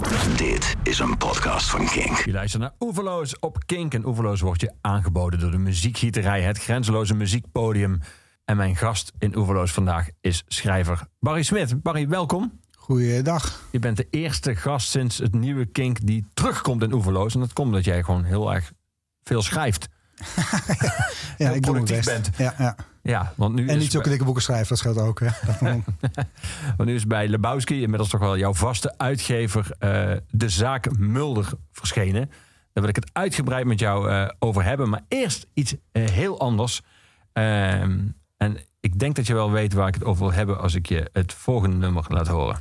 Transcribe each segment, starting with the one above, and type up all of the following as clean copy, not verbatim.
Dit is een podcast van Kink. Je luistert naar Oeverloos op Kink. En Oeverloos wordt je aangeboden door de Muziekgieterij, het grenzeloze muziekpodium. En mijn gast in Oeverloos vandaag is schrijver Barry Smit. Barry, welkom. Goeiedag. Je bent de eerste gast sinds het nieuwe Kink die terugkomt in Oeverloos. En dat komt omdat jij gewoon heel erg veel schrijft. Ja, ik productief bent. Ja, want nu en niet zulke dikke boeken schrijven, dat scheelt ook. Hè? Want nu is bij Lebowski, inmiddels toch wel jouw vaste uitgever, de zaak Mulder verschenen. Daar wil ik het uitgebreid met jou over hebben. Maar eerst iets heel anders. En ik denk dat je wel weet waar ik het over wil hebben als ik je het volgende nummer laat horen.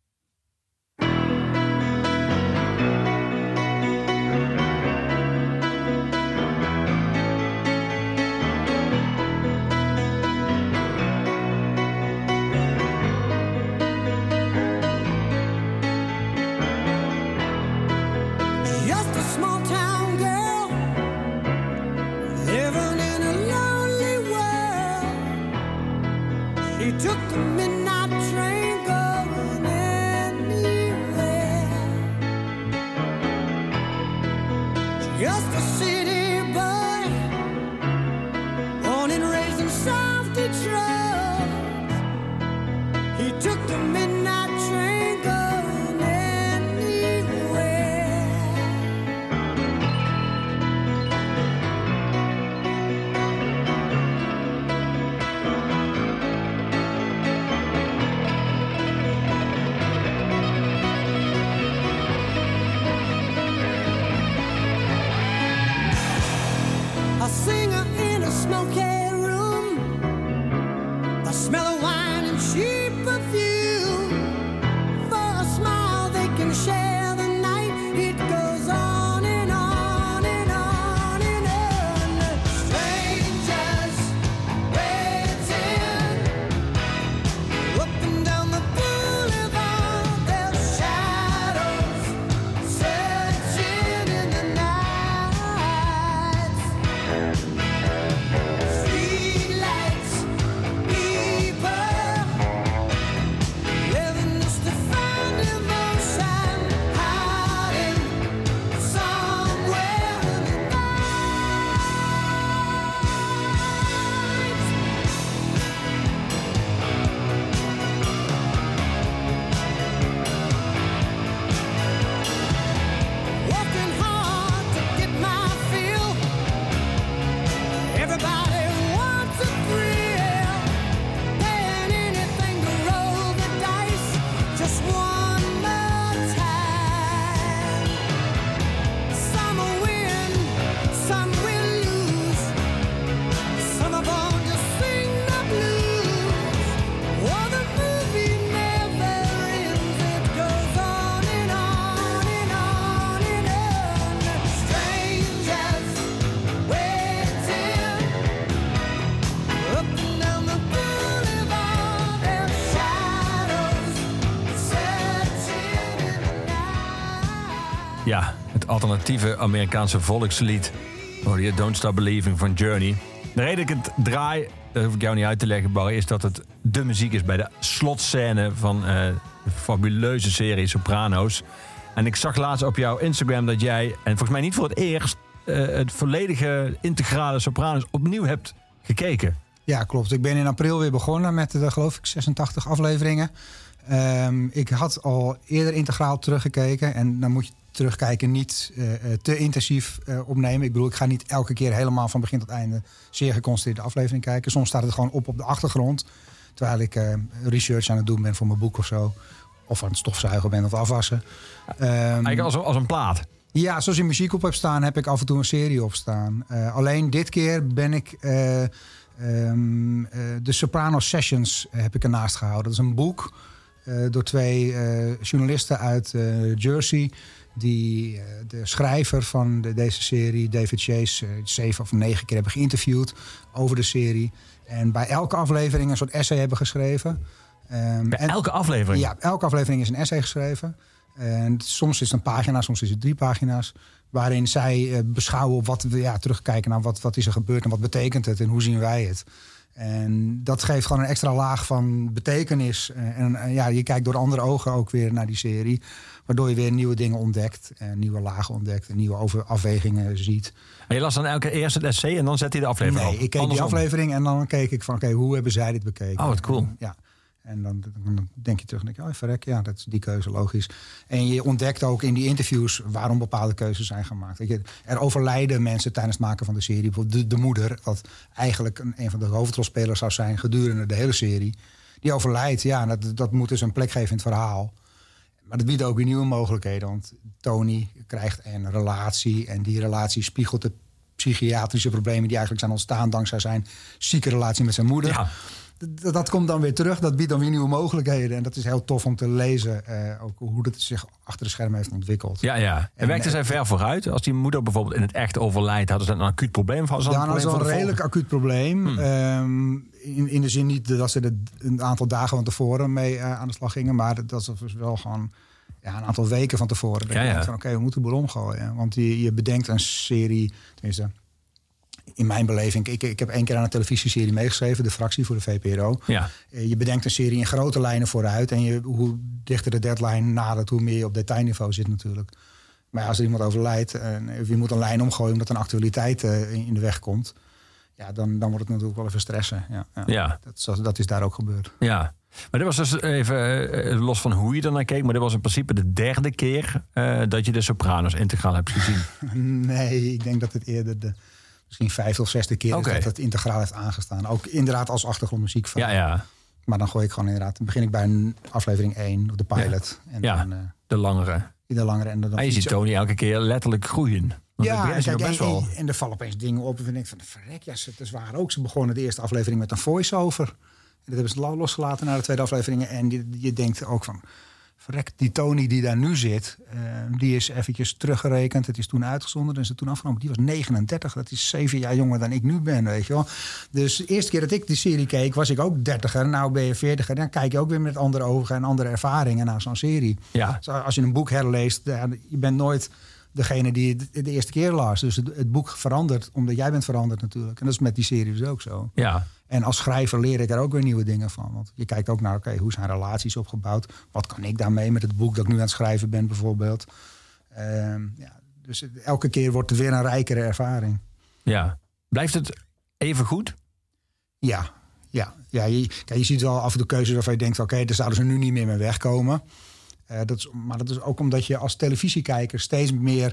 Took the midnight train going anywhere. Just a city boy, born and raised in South Detroit. He took the midnight train going anywhere. A singer in a smoky room, a smell of wine and cheap perfume. For a smile they can share the night. It goes on and on and on and on. Strangers waiting up and down the boulevard. Their shadows searching in the night. Streetlights, people living just to find emotion, hiding somewhere in the night. Working hard to get my fill. Everybody wants a thrill, paying anything to roll the dice just one more time. Some will win, some will lose. Some of them just sing the blues. Oh, the movie never ends. It goes on and on and on and on. Strangers waiting up and down the boulevard. Their shadows searching in the night. Ja, het alternatieve Amerikaanse volkslied. Oh, je Don't Stop Believing van Journey. De reden dat ik het draai, dat hoef ik jou niet uit te leggen, Barry, is dat het de muziek is bij de slotscène van de fabuleuze serie Sopranos. En ik zag laatst op jouw Instagram dat jij, en volgens mij niet voor het eerst, het volledige integrale Sopranos opnieuw hebt gekeken. Ja, klopt. Ik ben in april weer begonnen met de, geloof ik, 86 afleveringen. Ik had al eerder integraal teruggekeken. En dan moet je terugkijken niet te intensief opnemen. Ik bedoel, ik ga niet elke keer helemaal van begin tot einde zeer geconcentreerd de aflevering kijken. Soms staat het gewoon op de achtergrond. Terwijl ik research aan het doen ben voor mijn boek of zo. Of aan het stofzuigen ben of afwassen. Eigenlijk als een plaat. Ja, zoals je muziek op hebt staan, heb ik af en toe een serie op staan. Alleen dit keer ben ik de Soprano Sessions heb ik ernaast gehouden. Dat is een boek door twee journalisten uit Jersey. Die de schrijver van deze serie, David Chase, 7 of 9 keer hebben geïnterviewd over de serie. En bij elke aflevering een soort essay hebben geschreven. Bij elke aflevering? Ja, elke aflevering is een essay geschreven. En soms is het een pagina, soms is het 3 pagina's. Waarin zij beschouwen op wat we terugkijken naar wat is er gebeurd en wat betekent het en hoe zien wij het. En dat geeft gewoon een extra laag van betekenis. Je kijkt door andere ogen ook weer naar die serie. Waardoor je weer nieuwe dingen ontdekt. Nieuwe lagen ontdekt. En nieuwe afwegingen ziet. En je las dan elke eerst het essay en dan zet hij de aflevering op? Nee, ik keek die aflevering en dan keek ik van... oké, hoe hebben zij dit bekeken? Oh, wat cool. En dan denk je terug en denk je... verrek, ja, dat is die keuze, logisch. En je ontdekt ook in die interviews... waarom bepaalde keuzes zijn gemaakt. Weet je, er overlijden mensen tijdens het maken van de serie. Bijvoorbeeld de moeder, wat eigenlijk een van de hoofdrolspelers zou zijn... gedurende de hele serie. Die overlijdt, ja, dat moet dus een plek geven in het verhaal. Maar dat biedt ook weer nieuwe mogelijkheden. Want Tony krijgt een relatie... en die relatie spiegelt de psychiatrische problemen... die eigenlijk zijn ontstaan dankzij zijn zieke relatie met zijn moeder... Ja. Dat komt dan weer terug, dat biedt dan weer nieuwe mogelijkheden. En dat is heel tof om te lezen, ook hoe dat zich achter de schermen heeft ontwikkeld. Ja. En werkte zij ver vooruit? Als die moeder bijvoorbeeld in het echt overlijdt, hadden ze een acuut probleem? Of dat is wel een redelijk acuut probleem. In de zin niet dat ze er een aantal dagen van tevoren mee aan de slag gingen. Maar dat was wel gewoon een aantal weken van tevoren. Dat je denkt van oké, we moeten de boel omgooien. Want je bedenkt een serie, tenminste... In mijn beleving, ik heb 1 keer aan een televisieserie meegeschreven... De Fractie voor de VPRO. Ja. Je bedenkt een serie in grote lijnen vooruit... en hoe dichter de deadline nadert... hoe meer je op detailniveau zit natuurlijk. Maar als er iemand overlijdt... of je moet een lijn omgooien omdat een actualiteit in de weg komt... ja, dan wordt het natuurlijk wel even stressen. Ja. Dat is daar ook gebeurd. Ja. Maar dit was dus even los van hoe je er naar keek... maar dit was in principe de 3e keer... dat je de Sopranos integraal hebt gezien. Nee, ik denk dat het eerder misschien 5e of 6e keer is dat het integraal heeft aangestaan. Ook inderdaad als achtergrondmuziek van. Ja. Maar dan gooi ik gewoon inderdaad... dan begin ik bij een aflevering 1, of de pilot. Ja. En dan, de langere. En dan je ziet Tony elke keer letterlijk groeien. En er vallen opeens dingen op. En ik denk van, verrek, ja, het is waar ook. Ze begonnen de eerste aflevering met een voice-over. En dat hebben ze losgelaten naar de tweede aflevering. En je denkt ook van... verrek, die Tony die daar nu zit... die is eventjes teruggerekend. Het is toen uitgezonden en is het toen afgenomen. Die was 39. Dat is 7 jaar jonger dan ik nu ben, weet je wel. Dus de eerste keer dat ik die serie keek... was ik ook 30er. Nou ben je 40er. Dan kijk je ook weer met andere ogen en andere ervaringen naar zo'n serie. Ja. Dus als je een boek herleest... je bent nooit degene die het de eerste keer las. Dus het boek verandert omdat jij bent veranderd natuurlijk. En dat is met die serie dus ook zo. Ja. En als schrijver leer ik er ook weer nieuwe dingen van. Want je kijkt ook naar, hoe zijn relaties opgebouwd? Wat kan ik daarmee met het boek dat ik nu aan het schrijven ben bijvoorbeeld? Dus elke keer wordt het weer een rijkere ervaring. Ja. Blijft het even goed? Ja. Je ziet wel af en toe keuzes waarvan je denkt... oké, daar zouden ze nu niet meer mee wegkomen. Maar dat is ook omdat je als televisiekijker steeds meer...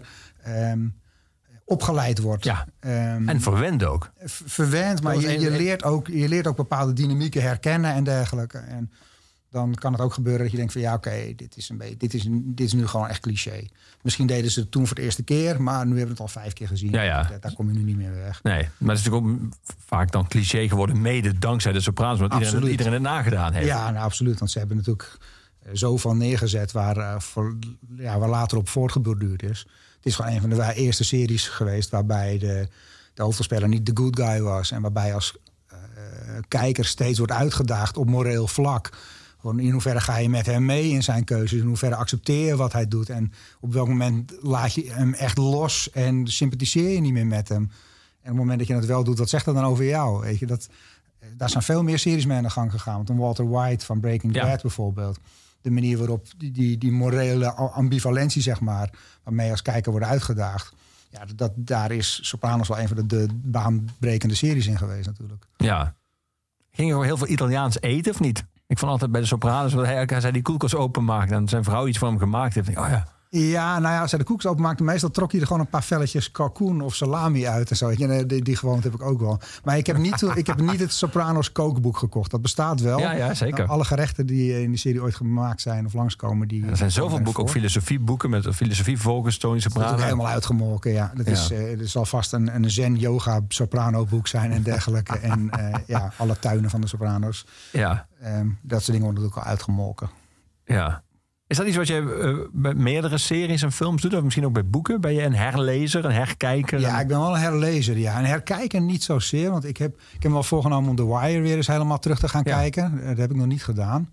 opgeleid wordt. Ja, en verwend ook. Verwend, maar je leert ook bepaalde dynamieken herkennen en dergelijke. En dan kan het ook gebeuren dat je denkt van... ja, oké, dit is nu gewoon echt cliché. Misschien deden ze het toen voor de eerste keer... maar nu hebben we het al 5 keer gezien. Ja. Daar kom je nu niet meer weg. Nee, maar het is natuurlijk ook vaak dan cliché geworden... mede dankzij de Sopranos, want iedereen het nagedaan heeft. Ja, nou, absoluut, want ze hebben natuurlijk zoveel neergezet... waar later op voortgeborduurd is... Het is gewoon een van de eerste series geweest... waarbij de hoofdrolspeler niet de good guy was. En waarbij als kijker steeds wordt uitgedaagd op moreel vlak. In hoeverre ga je met hem mee in zijn keuzes? In hoeverre accepteer je wat hij doet? En op welk moment laat je hem echt los... en sympathiseer je niet meer met hem? En op het moment dat je het wel doet, wat zegt dat dan over jou? Weet je, daar zijn veel meer series mee aan de gang gegaan. Want een Walter White van Breaking Bad bijvoorbeeld... de manier waarop die morele ambivalentie, zeg maar... waarmee als kijker wordt uitgedaagd... ja, daar is Sopranos wel een van de baanbrekende series in geweest natuurlijk. Ja. Ging er heel veel Italiaans eten of niet? Ik vond altijd bij de Sopranos... dat hij die koelkast openmaakte... en zijn vrouw iets voor hem gemaakt heeft. Oh ja. Ja, nou ja, als hij de koekjes openmaakte... meestal trok hij er gewoon een paar velletjes kalkoen of salami uit en zo. Die gewoonte heb ik ook wel. Maar ik heb niet het Sopranos kookboek gekocht. Dat bestaat wel. Ja, zeker. Alle gerechten die in de serie ooit gemaakt zijn of langskomen... er zijn zoveel boeken, ook filosofieboeken... met filosofie volgens Tony Soprano. Dat is ook helemaal uitgemolken, ja. Het zal vast een zen-yoga Soprano boek zijn en dergelijke. En alle tuinen van de Sopranos. Ja. Dat soort dingen worden natuurlijk al uitgemolken. Ja. Is dat iets wat je bij meerdere series en films doet? Of misschien ook bij boeken? Ben je een herlezer, een herkijker? Ja, ik ben wel een herlezer. Ja. Een herkijker niet zozeer. Want ik heb me wel voorgenomen om The Wire weer eens helemaal terug te gaan kijken. Dat heb ik nog niet gedaan.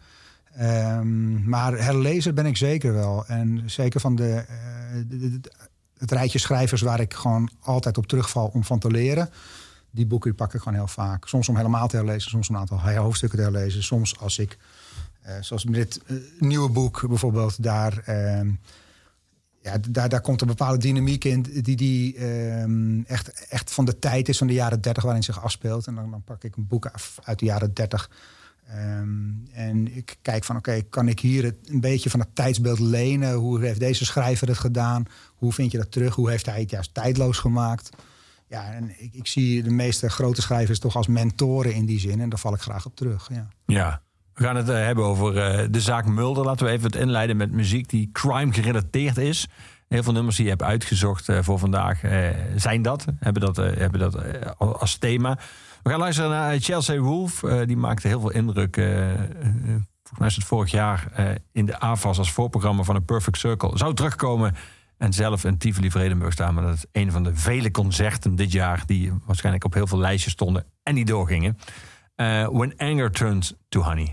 Maar herlezer ben ik zeker wel. En zeker van het rijtje schrijvers waar ik gewoon altijd op terugval om van te leren. Die boeken die pak ik gewoon heel vaak. Soms om helemaal te herlezen, soms om een aantal hoofdstukken te herlezen. Soms als ik, zoals met dit nieuwe boek bijvoorbeeld, daar komt een bepaalde dynamiek in die echt van de tijd is van de jaren 30 waarin zich afspeelt. En dan pak ik een boek af uit de jaren 30. En ik kijk van kan ik hier een beetje van het tijdsbeeld lenen? Hoe heeft deze schrijver het gedaan? Hoe vind je dat terug? Hoe heeft hij het juist tijdloos gemaakt? Ja, en ik zie de meeste grote schrijvers toch als mentoren in die zin. En daar val ik graag op terug. Ja. We gaan het hebben over de zaak Mulder. Laten we even het inleiden met muziek die crime gerelateerd is. Heel veel nummers die je hebt uitgezocht voor vandaag hebben dat als thema. We gaan luisteren naar Chelsea Wolfe. Die maakte heel veel indruk. Volgens mij is het vorig jaar in de AFAS als voorprogramma van A Perfect Circle. Zou terugkomen en zelf in Tivoli-Vredenburg staan. Maar dat is een van de vele concerten dit jaar die waarschijnlijk op heel veel lijstjes stonden en die doorgingen. When Anger Turns to Honey.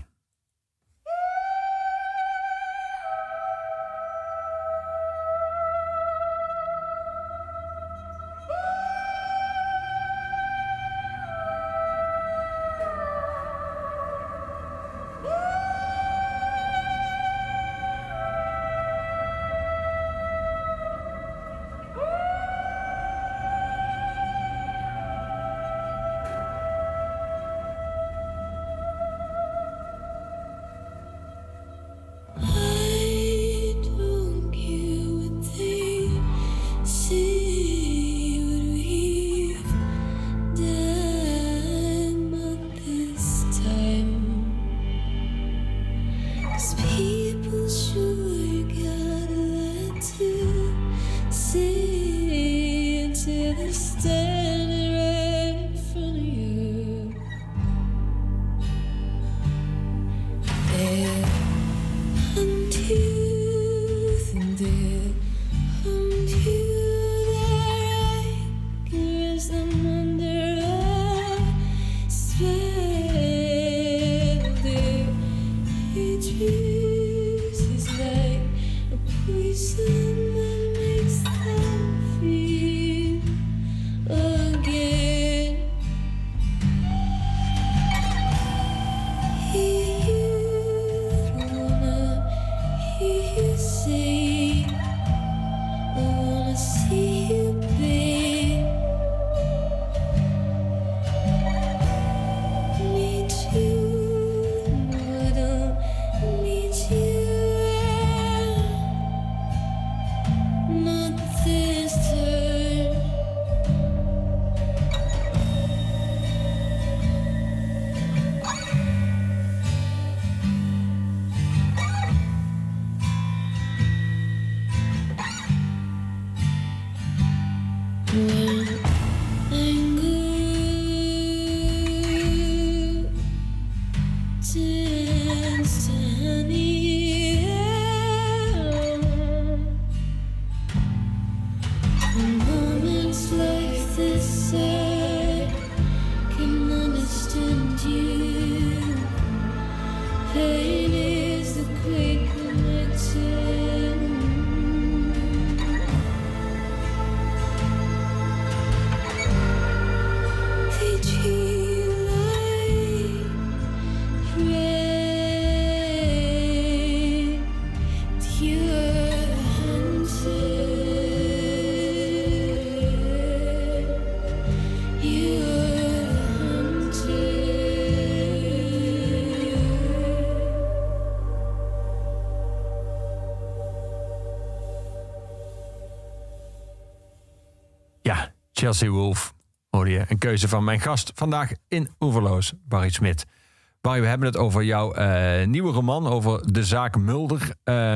Chelsea Wolfe, hoorde je. Een keuze van mijn gast vandaag in Oeverloos, Barry Smit. Barry, we hebben het over jouw nieuwe roman, over de zaak Mulder.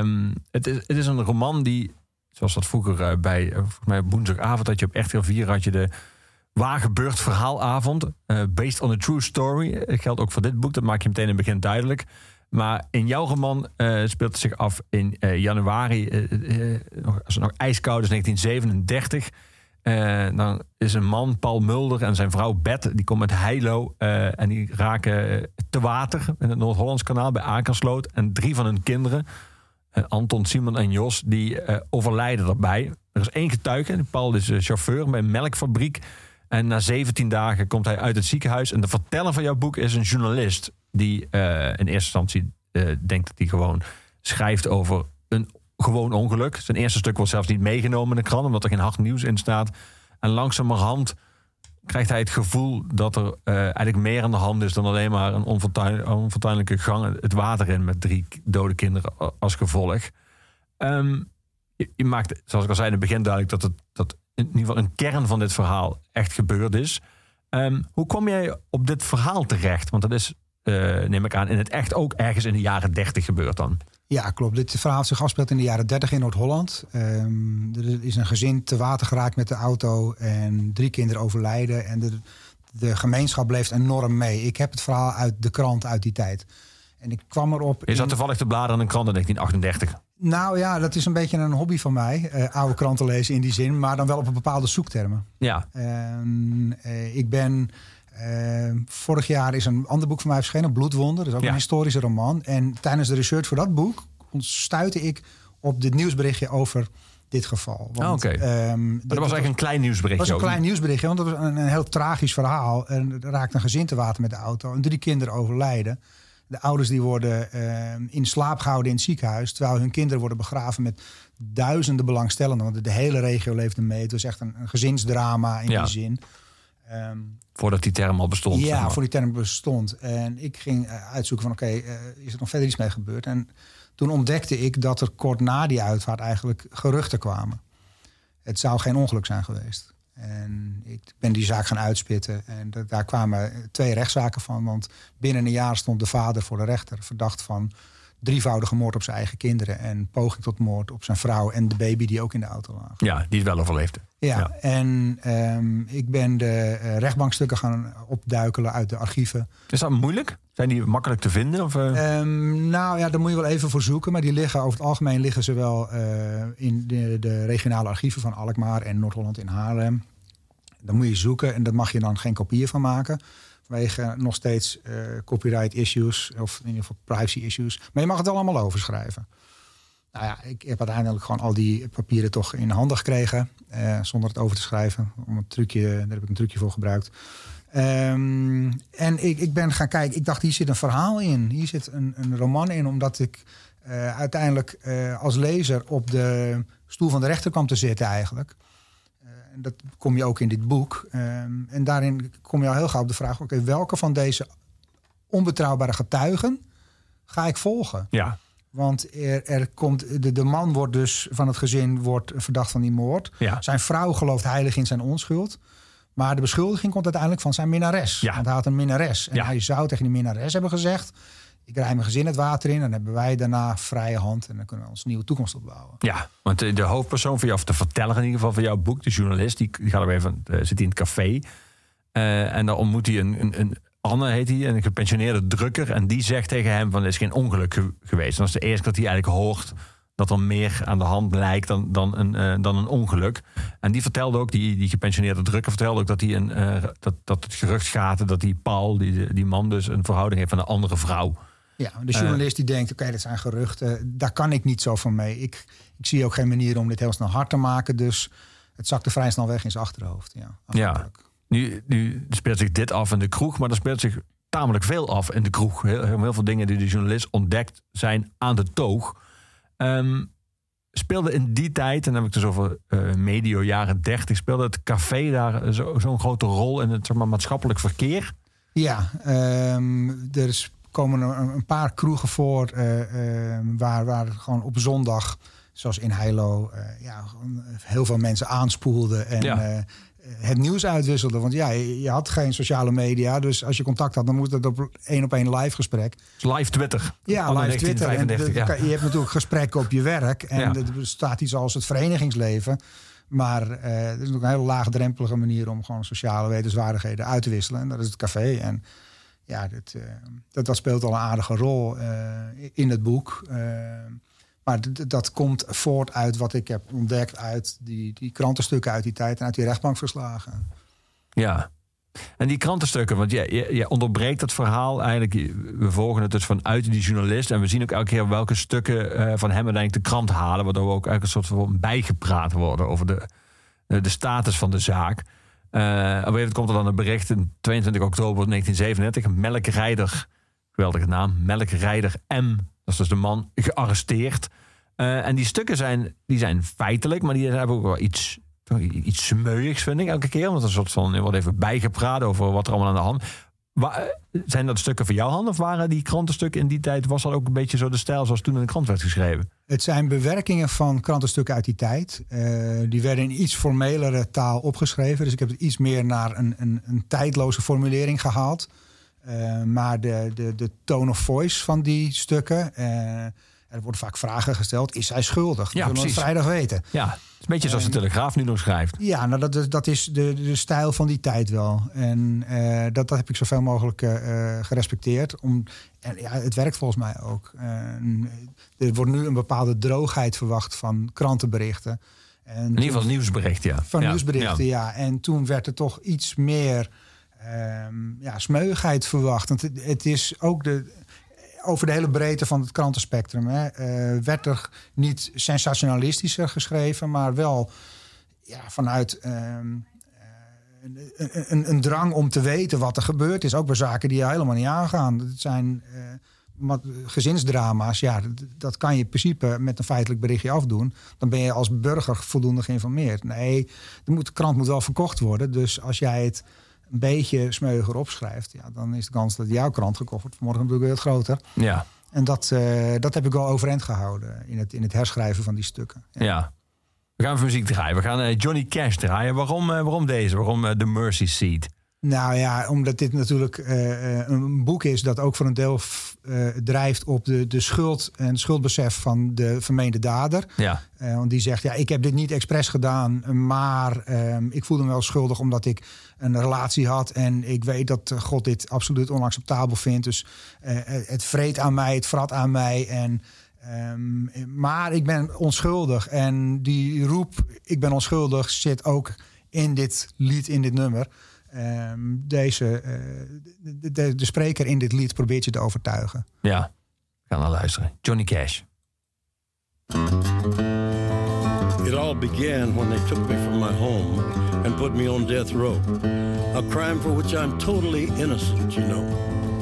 Het is een roman die, zoals dat vroeger bij volgens mij op woensdagavond had je op RTL 4 had je de waar gebeurt verhaalavond. Based on a true story. Dat geldt ook voor dit boek, dat maak je meteen in het begin duidelijk. Maar in jouw roman speelt het zich af in januari, als het nog ijskoud is, 1937. Dan is een man, Paul Mulder, en zijn vrouw Beth, die komen met heilo en die raken te water in het Noord-Hollands kanaal bij Akersloot. En 3 van hun kinderen, Anton, Simon en Jos, die overlijden daarbij. Er is 1 getuige, Paul is chauffeur bij een melkfabriek. En na 17 dagen komt hij uit het ziekenhuis. En de verteller van jouw boek is een journalist die in eerste instantie denkt dat hij gewoon schrijft over een gewoon ongeluk. Zijn eerste stuk wordt zelfs niet meegenomen in de krant, omdat er geen hard nieuws in staat. En langzamerhand krijgt hij het gevoel dat er eigenlijk meer aan de hand is dan alleen maar een onfortuinlijke gang het water in met 3 dode kinderen als gevolg. Je maakt, zoals ik al zei in het begin, duidelijk dat in ieder geval een kern van dit verhaal echt gebeurd is. Hoe kom jij op dit verhaal terecht? Want dat is, neem ik aan, in het echt ook ergens in de jaren 30 gebeurd dan. Ja, klopt. Dit verhaal heeft zich afgespeeld in de jaren 30 in Noord-Holland. Er is een gezin te water geraakt met de auto en 3 kinderen overlijden. En de gemeenschap leeft enorm mee. Ik heb het verhaal uit de krant uit die tijd. En ik kwam erop... Je zat toevallig te bladeren in een krant in 1938. Nou ja, dat is een beetje een hobby van mij. Oude kranten lezen in die zin, maar dan wel op een bepaalde zoektermen. Ja. Ik ben... vorig jaar is een ander boek van mij verschenen, Bloedwonder. Dat is ook een historische roman. En tijdens de research voor dat boek stuitte ik op dit nieuwsberichtje over dit geval. Want, maar dat was eigenlijk een klein nieuwsberichtje. Dat was een klein nieuwsberichtje, want dat was een heel tragisch verhaal. En er raakt een gezin te water met de auto en 3 kinderen overlijden. De ouders die worden in slaap gehouden in het ziekenhuis, terwijl hun kinderen worden begraven met duizenden belangstellenden. Want de hele regio leefde mee. Het was echt een gezinsdrama in die zin. Voordat die term al bestond. Ja, zeg maar. voor die term bestond. En ik ging uitzoeken van is er nog verder iets mee gebeurd? En toen ontdekte ik dat er kort na die uitvaart eigenlijk geruchten kwamen. Het zou geen ongeluk zijn geweest. En ik ben die zaak gaan uitspitten. En daar kwamen 2 rechtszaken van. Want binnen een jaar stond de vader voor de rechter verdacht van 3-voudige moord op zijn eigen kinderen en poging tot moord op zijn vrouw en de baby die ook in de auto lag. Ja, die het wel overleefde. Ja. En ik ben de rechtbankstukken gaan opduikelen uit de archieven. Is dat moeilijk? Zijn die makkelijk te vinden? Of, Nou ja, daar moet je wel even voor zoeken. Maar die liggen over het algemeen liggen ze wel in de regionale archieven van Alkmaar en Noord-Holland in Haarlem. Dan moet je zoeken en daar mag je dan geen kopieën van maken. Vanwege nog steeds copyright issues of in ieder geval privacy issues. Maar je mag het allemaal overschrijven. Nou ja, ik heb uiteindelijk gewoon al die papieren toch in handen gekregen. Zonder het over te schrijven. Om een trucje, daar heb ik een trucje voor gebruikt. En ik ben gaan kijken. Ik dacht, hier zit een verhaal in. Hier zit een roman in. Omdat ik uiteindelijk als lezer op de stoel van de rechter kwam te zitten eigenlijk. En dat kom je ook in dit boek. En daarin kom je al heel gauw op de vraag... oké, welke van deze onbetrouwbare getuigen ga ik volgen? Ja. Want er komt, de man wordt dus van het gezin wordt verdacht van die moord. Ja. Zijn vrouw gelooft heilig in zijn onschuld. Maar de beschuldiging komt uiteindelijk van zijn minnares. Ja. Want hij had een minnares. En hij zou tegen die minnares hebben gezegd... ik rij mijn gezin het water in. Dan hebben wij daarna vrije hand. En dan kunnen we ons nieuwe toekomst opbouwen. Ja, want de hoofdpersoon van jou... of de verteller in ieder geval van jouw boek... de journalist, die gaat er even, zit in het café. En dan ontmoet hij een Anne heet hij, een gepensioneerde drukker. En die zegt tegen hem van, er is geen ongeluk geweest. En dat is de eerste dat hij eigenlijk hoort... dat er meer aan de hand lijkt dan een ongeluk. En die vertelde ook, die gepensioneerde drukker... vertelde ook dat hij dat het gerucht gaat... dat die Paul, die man dus, een verhouding heeft van een andere vrouw. Ja, de journalist die denkt, oké, dat zijn geruchten. Daar kan ik niet zo van mee. Ik zie ook geen manier om dit heel snel hard te maken. Dus het zakte vrij snel weg in zijn achterhoofd. Ja. Nu speelt zich dit af in de kroeg... maar er speelt zich tamelijk veel af in de kroeg. Heel veel dingen die de journalist ontdekt zijn aan de toog... speelde in die tijd, en dan heb ik het dus over medio jaren 30... speelde het café daar zo'n grote rol in het maatschappelijk verkeer? Ja, er komen een paar kroegen voor... waar gewoon op zondag, zoals in Heilo... heel veel mensen aanspoelden en het nieuws uitwisselden. Want je had geen sociale media, dus als je contact had... dan moest het op 1-op-1 live gesprek. Live Twitter. Ja, live Twitter. En je hebt natuurlijk gesprekken op je werk. En er bestaat iets als het verenigingsleven. Maar er is ook een hele laagdrempelige manier... om gewoon sociale wetenswaardigheden uit te wisselen. En dat is het café. En ja, dat speelt al een aardige rol in het boek. Maar dat komt voort uit wat ik heb ontdekt... uit die krantenstukken uit die tijd en uit die rechtbankverslagen. Ja, en die krantenstukken, want je onderbreekt het verhaal eigenlijk... we volgen het dus vanuit die journalist... en we zien ook elke keer welke stukken van hem uiteindelijk de krant halen... waardoor we ook eigenlijk een soort van bijgepraat worden... over de status van de zaak. Op een gegeven moment komt er dan een bericht in 22 oktober 1937. Een melkrijder, geweldige naam, melkrijder M, dat is dus de man, gearresteerd. En die stukken zijn feitelijk, maar die hebben ook wel iets smeuigs, vind ik, elke keer. Want er een soort van, er wordt even bijgepraat over wat er allemaal aan de hand. Zijn dat stukken van jouw hand of waren die krantenstukken in die tijd, was dat ook een beetje zo de stijl zoals toen in de krant werd geschreven? Het zijn bewerkingen van krantenstukken uit die tijd. Die werden in iets formelere taal opgeschreven. Dus ik heb het iets meer naar een tijdloze formulering gehaald. Maar de tone of voice van die stukken, er worden vaak vragen gesteld. Is hij schuldig? Dat willen we vrijdag weten. Ja, het is een beetje zoals de Telegraaf nu nog schrijft. Ja, nou dat is de stijl van die tijd wel. En dat heb ik zoveel mogelijk gerespecteerd. Het werkt volgens mij ook. Er wordt nu een bepaalde droogheid verwacht van krantenberichten. En in ieder geval nieuwsbericht, ja. Van nieuwsberichten, ja. En toen werd er toch iets meer smeugheid verwacht. Want het is ook over de hele breedte van het krantenspectrum werd er niet sensationalistischer geschreven, maar wel vanuit een drang om te weten wat er gebeurd is. Ook bij zaken die je helemaal niet aangaan. Het zijn gezinsdrama's. Ja, dat kan je in principe met een feitelijk berichtje afdoen. Dan ben je als burger voldoende geïnformeerd. Nee, de krant moet wel verkocht worden. Dus als jij het een beetje smeuiger opschrijft, dan is de kans dat jouw krant gekocht wordt vanmorgen natuurlijk weer wat groter. Ja. En dat heb ik wel overeind gehouden in het herschrijven van die stukken. Ja. We gaan even muziek draaien. We gaan Johnny Cash draaien. Waarom deze? Waarom The Mercy Seat? Nou ja, omdat dit natuurlijk een boek is dat ook voor een deel drijft op de schuld en schuldbesef van de vermeende dader. Ja. Want die zegt, ik heb dit niet expres gedaan, maar ik voelde me wel schuldig omdat ik een relatie had en ik weet dat God dit absoluut onacceptabel vindt. Dus het vreet aan mij, het vrat aan mij maar ik ben onschuldig. En die roep, ik ben onschuldig, zit ook in dit lied, in dit nummer. De spreker in dit lied probeert je te overtuigen. Ja, we gaan naar luisteren. Johnny Cash. It all began when they took me from my home and put me on death row. A crime for which I'm totally innocent, you know.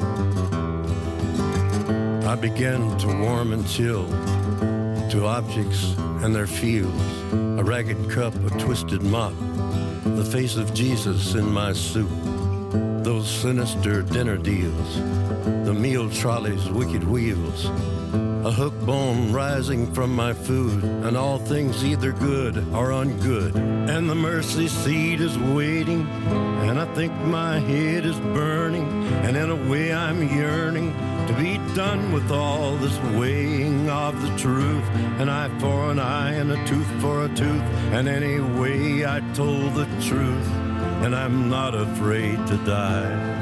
I began to warm and chill to objects and their feels. A ragged cup, a twisted mop, the face of Jesus in my soup. Those sinister dinner deals, the meal trolley's wicked wheels, a hook bone rising from my food, and all things either good or ungood. And the mercy seat is waiting, and I think my head is burning, and in a way I'm yearning to be done with all this weighing of the truth. An eye for an eye and a tooth for a tooth, and anyway I told the truth, and I'm not afraid to die.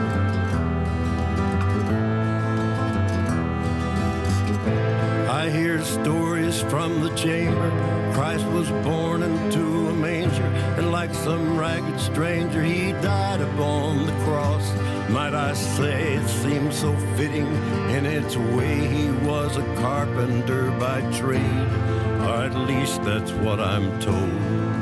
I hear stories from the chamber. Christ was born into a manger, and like some ragged stranger, he died upon the cross. Might I say it seems so fitting in its way. He was a carpenter by trade, or at least that's what I'm told.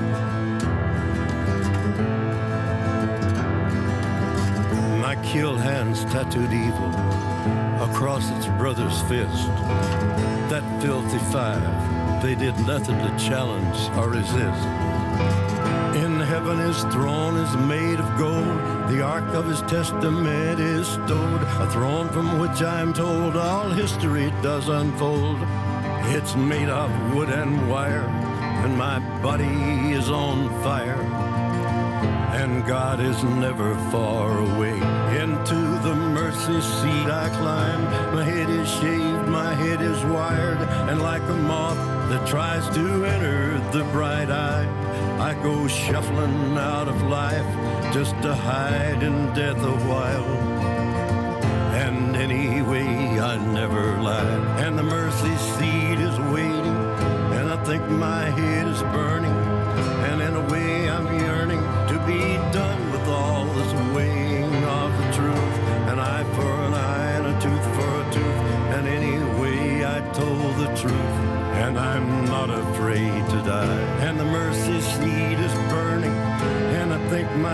My kill hands tattooed evil across its brother's fist. That filthy five, they did nothing to challenge or resist. In heaven his throne is made of gold, the ark of his testament is stowed, a throne from which I'm told all history does unfold. It's made of wood and wire, and my body is on fire, and God is never far away. Into the mercy seat I climb, my head is shaved, my head is wired, and like a moth that tries to enter the bright eye, I go shuffling out of life just to hide in death a while. And anyway, I never lied, and the mercy seat is waiting, and I think my head is burning, and in a way I'm yearning to be done with all this weighing of the truth. An eye for an eye and a tooth for a tooth, and anyway I told the truth, and I'm not afraid to die. And the mercy seat is burning, and I think my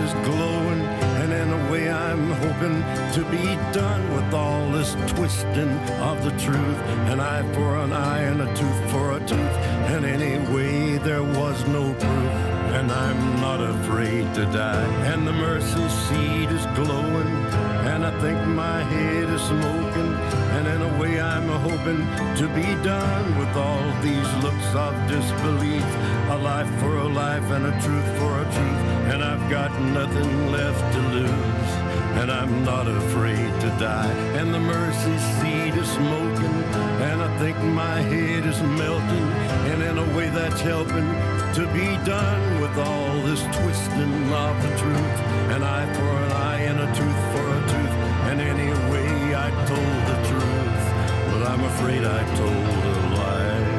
is glowing, and in a way I'm hoping to be done with all this twisting of the truth. An eye for an eye and a tooth for a tooth, and anyway there was no proof. And I'm not afraid to die, and the mercy seat is glowing, and I think my head is smoking, and in a way I'm hoping to be done with all these looks of disbelief. A life for a life and a truth for a truth, and I've got nothing left to lose, and I'm not afraid to die. And the mercy seat is smoking, and I think my head is melting, and in a way that's helping to be done with all this twisting of the truth. An eye for an eye and a tooth for a tooth, and anyway I told the truth, but I'm afraid I told a lie.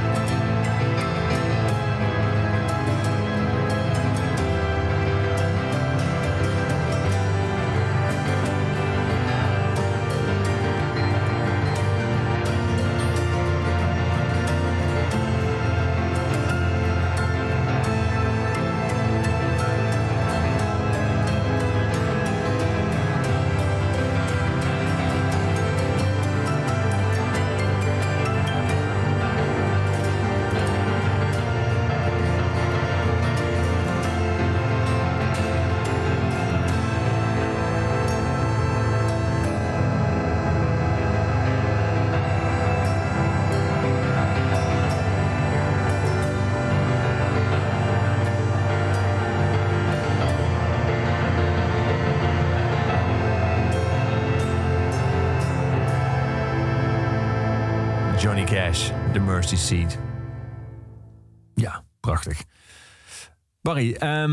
Johnny Cash, The Mercy Seat. Ja, prachtig. Barry,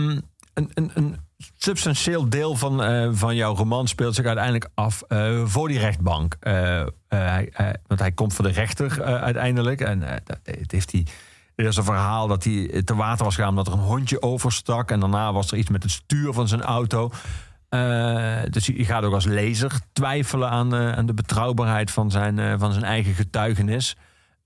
een substantieel deel van jouw roman speelt zich uiteindelijk af voor die rechtbank. Want hij komt voor de rechter uiteindelijk. En er is een verhaal dat hij te water was gegaan omdat er een hondje overstak. En daarna was er iets met het stuur van zijn auto. Dus je gaat ook als lezer twijfelen aan de betrouwbaarheid van zijn eigen getuigenis.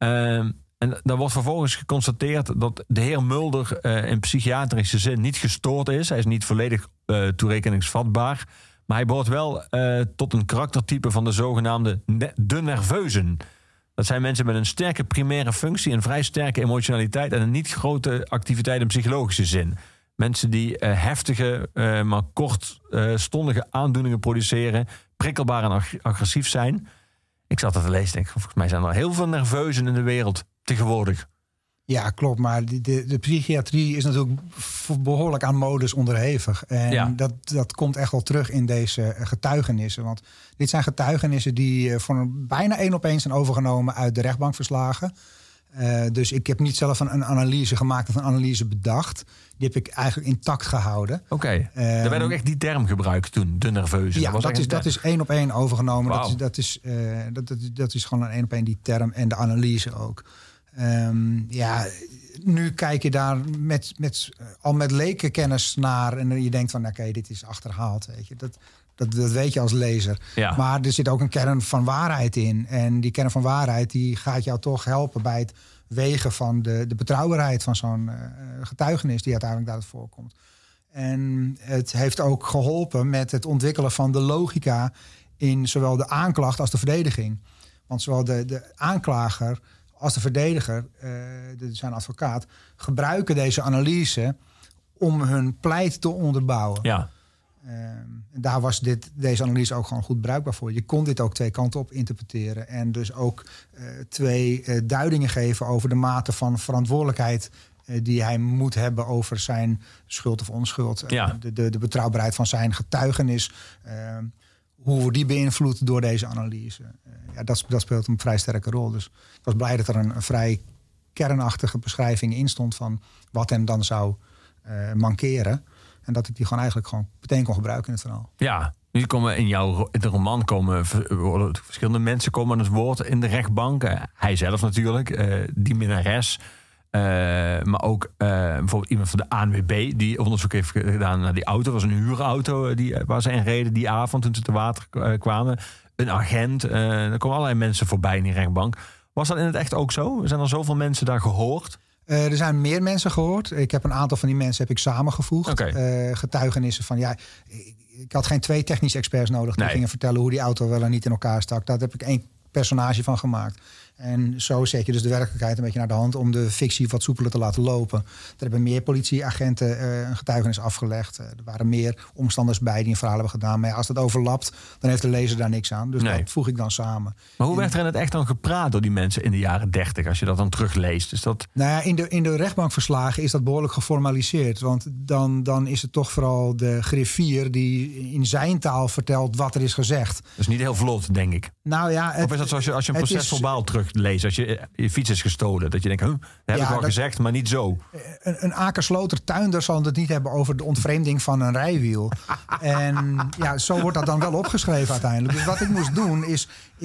En dan wordt vervolgens geconstateerd dat de heer Mulder in psychiatrische zin niet gestoord is. Hij is niet volledig toerekeningsvatbaar. Maar hij behoort wel tot een karaktertype van de zogenaamde de nerveuzen. Dat zijn mensen met een sterke primaire functie, een vrij sterke emotionaliteit en een niet grote activiteit in psychologische zin. Mensen die heftige, maar kortstondige aandoeningen produceren, prikkelbaar en agressief zijn. Ik zat er te lezen en denk, volgens mij zijn er heel veel nerveuzen in de wereld tegenwoordig. Ja, klopt. Maar de psychiatrie is natuurlijk behoorlijk aan modes onderhevig. En dat komt echt wel terug in deze getuigenissen. Want dit zijn getuigenissen die voor bijna 1 op 1 zijn overgenomen uit de rechtbankverslagen. Dus ik heb niet zelf een analyse gemaakt of een analyse bedacht. Die heb ik eigenlijk intact gehouden. Oké. Er werd ook echt die term gebruikt toen, de nerveuze. Ja, dat is 1 op 1 overgenomen. Wow. Dat is gewoon een 1 op 1 die term en de analyse ook. Nu kijk je daar al met lekenkennis naar en je denkt van, oké, dit is achterhaald. Weet je. Dat weet je als lezer. Ja. Maar er zit ook een kern van waarheid in. En die kern van waarheid die gaat jou toch helpen bij het wegen van de betrouwbaarheid van zo'n getuigenis die uiteindelijk daaruit voorkomt. En het heeft ook geholpen met het ontwikkelen van de logica in zowel de aanklacht als de verdediging. Want zowel de aanklager als de verdediger, zijn advocaat, gebruiken deze analyse om hun pleit te onderbouwen. Ja. Daar was deze analyse ook gewoon goed bruikbaar voor. Je kon dit ook 2 kanten op interpreteren. En dus ook 2 duidingen geven over de mate van verantwoordelijkheid die hij moet hebben over zijn schuld of onschuld. Ja. De betrouwbaarheid van zijn getuigenis. Hoe wordt die beïnvloed door deze analyse? Dat speelt een vrij sterke rol. Dus ik was blij dat er een vrij kernachtige beschrijving in stond van wat hem dan zou mankeren. En dat ik die gewoon eigenlijk meteen kon gebruiken in het verhaal. Ja, nu komen in de roman verschillende mensen komen aan het woord in de rechtbank. Hij zelf natuurlijk, die minnares. Maar ook bijvoorbeeld iemand van de ANWB die onderzoek heeft gedaan naar die auto. Dat was een huurauto waar ze in reden die avond toen ze te water kwamen. Een agent. Er komen allerlei mensen voorbij in die rechtbank. Was dat in het echt ook zo? Zijn er zoveel mensen daar gehoord? Er zijn meer mensen gehoord. Ik heb een aantal van die mensen heb ik samengevoegd. Oké. Getuigenissen van ik had geen 2 technische experts nodig die gingen vertellen hoe die auto wel en niet in elkaar stak. Daar heb ik 1 personage van gemaakt. En zo zet je dus de werkelijkheid een beetje naar de hand om de fictie wat soepeler te laten lopen. Er hebben meer politieagenten een getuigenis afgelegd. Er waren meer omstanders bij die een verhaal hebben gedaan. Maar als dat overlapt, dan heeft de lezer daar niks aan. Dus dat voeg ik dan samen. Maar hoe werd er in het echt dan gepraat door die mensen in de jaren 30, als je dat dan terugleest? Is dat... Nou ja, in de rechtbankverslagen is dat behoorlijk geformaliseerd. Want dan is het toch vooral de griffier die in zijn taal vertelt wat er is gezegd. Dat is niet heel vlot, denk ik. Nou ja, of is dat zoals als je een procesverbaal terugleest, als je fiets is gestolen, dat je denkt, dat heb ik wel gezegd, maar niet zo. Een Akersloter tuinder zal het niet hebben over de ontvreemding van een rijwiel. En zo wordt dat dan wel opgeschreven uiteindelijk. Dus wat ik moest doen is,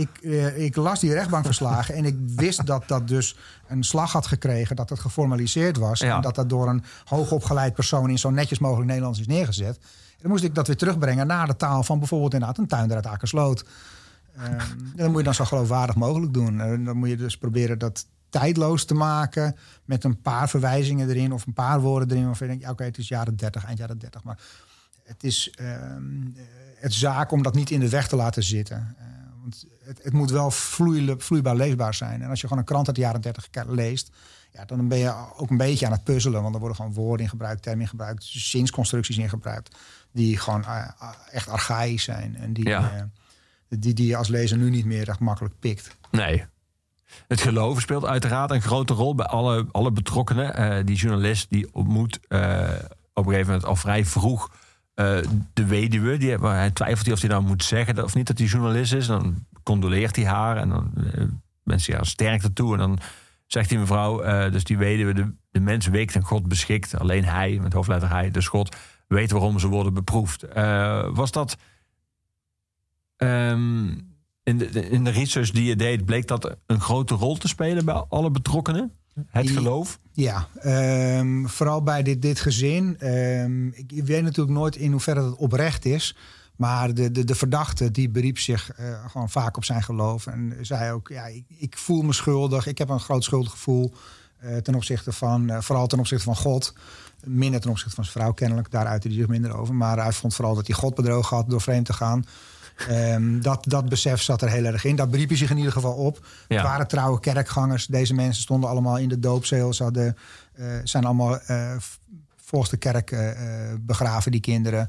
ik las die rechtbankverslagen en ik wist dat dat dus een slag had gekregen, dat het geformaliseerd was en dat dat door een hoogopgeleid persoon in zo netjes mogelijk Nederlands is neergezet. En dan moest ik dat weer terugbrengen naar de taal van bijvoorbeeld inderdaad een tuinder uit Akersloot. Dat moet je dan zo geloofwaardig mogelijk doen. Dan moet je dus proberen dat tijdloos te maken met een paar verwijzingen erin of een paar woorden erin waarvan je denkt, oké, het is jaren 30, eind jaren 30. Maar het is het zaak om dat niet in de weg te laten zitten. Want het moet wel vloeibaar leesbaar zijn. En als je gewoon een krant uit de jaren 30 leest, dan ben je ook een beetje aan het puzzelen. Want er worden gewoon woorden in gebruikt, termen in gebruikt, zinsconstructies in gebruikt, die gewoon echt archaïsch zijn. En die je als lezer nu niet meer echt makkelijk pikt. Nee. Het geloof speelt uiteraard een grote rol bij alle betrokkenen. Die journalist die ontmoet op een gegeven moment al vrij vroeg de weduwe. Hij twijfelt of hij nou moet zeggen of niet dat hij journalist is. Dan condoleert hij haar en dan wenst hij haar sterkte toe. En dan zegt die mevrouw, dus die weduwe, de mens weekt en God beschikt. Alleen hij, met hoofdletter hij, dus God, weet waarom ze worden beproefd. Was dat... In de research die je deed, bleek dat een grote rol te spelen bij alle betrokkenen? Het geloof? Ja, vooral bij dit gezin. Ik weet natuurlijk nooit in hoeverre dat oprecht is. Maar de verdachte die beriep zich gewoon vaak op zijn geloof. En zei ook, ik voel me schuldig. Ik heb een groot schuldgevoel ten opzichte van, vooral ten opzichte van God. Minder ten opzichte van zijn vrouw kennelijk. Daar uitte hij zich minder over. Maar hij vond vooral dat hij God bedrogen had door vreemd te gaan. Dat besef zat er heel erg in. Daar beriep hij zich in ieder geval op. Het waren trouwe kerkgangers. Deze mensen stonden allemaal in de doopcel. Ze zijn allemaal volgens de kerk begraven, die kinderen.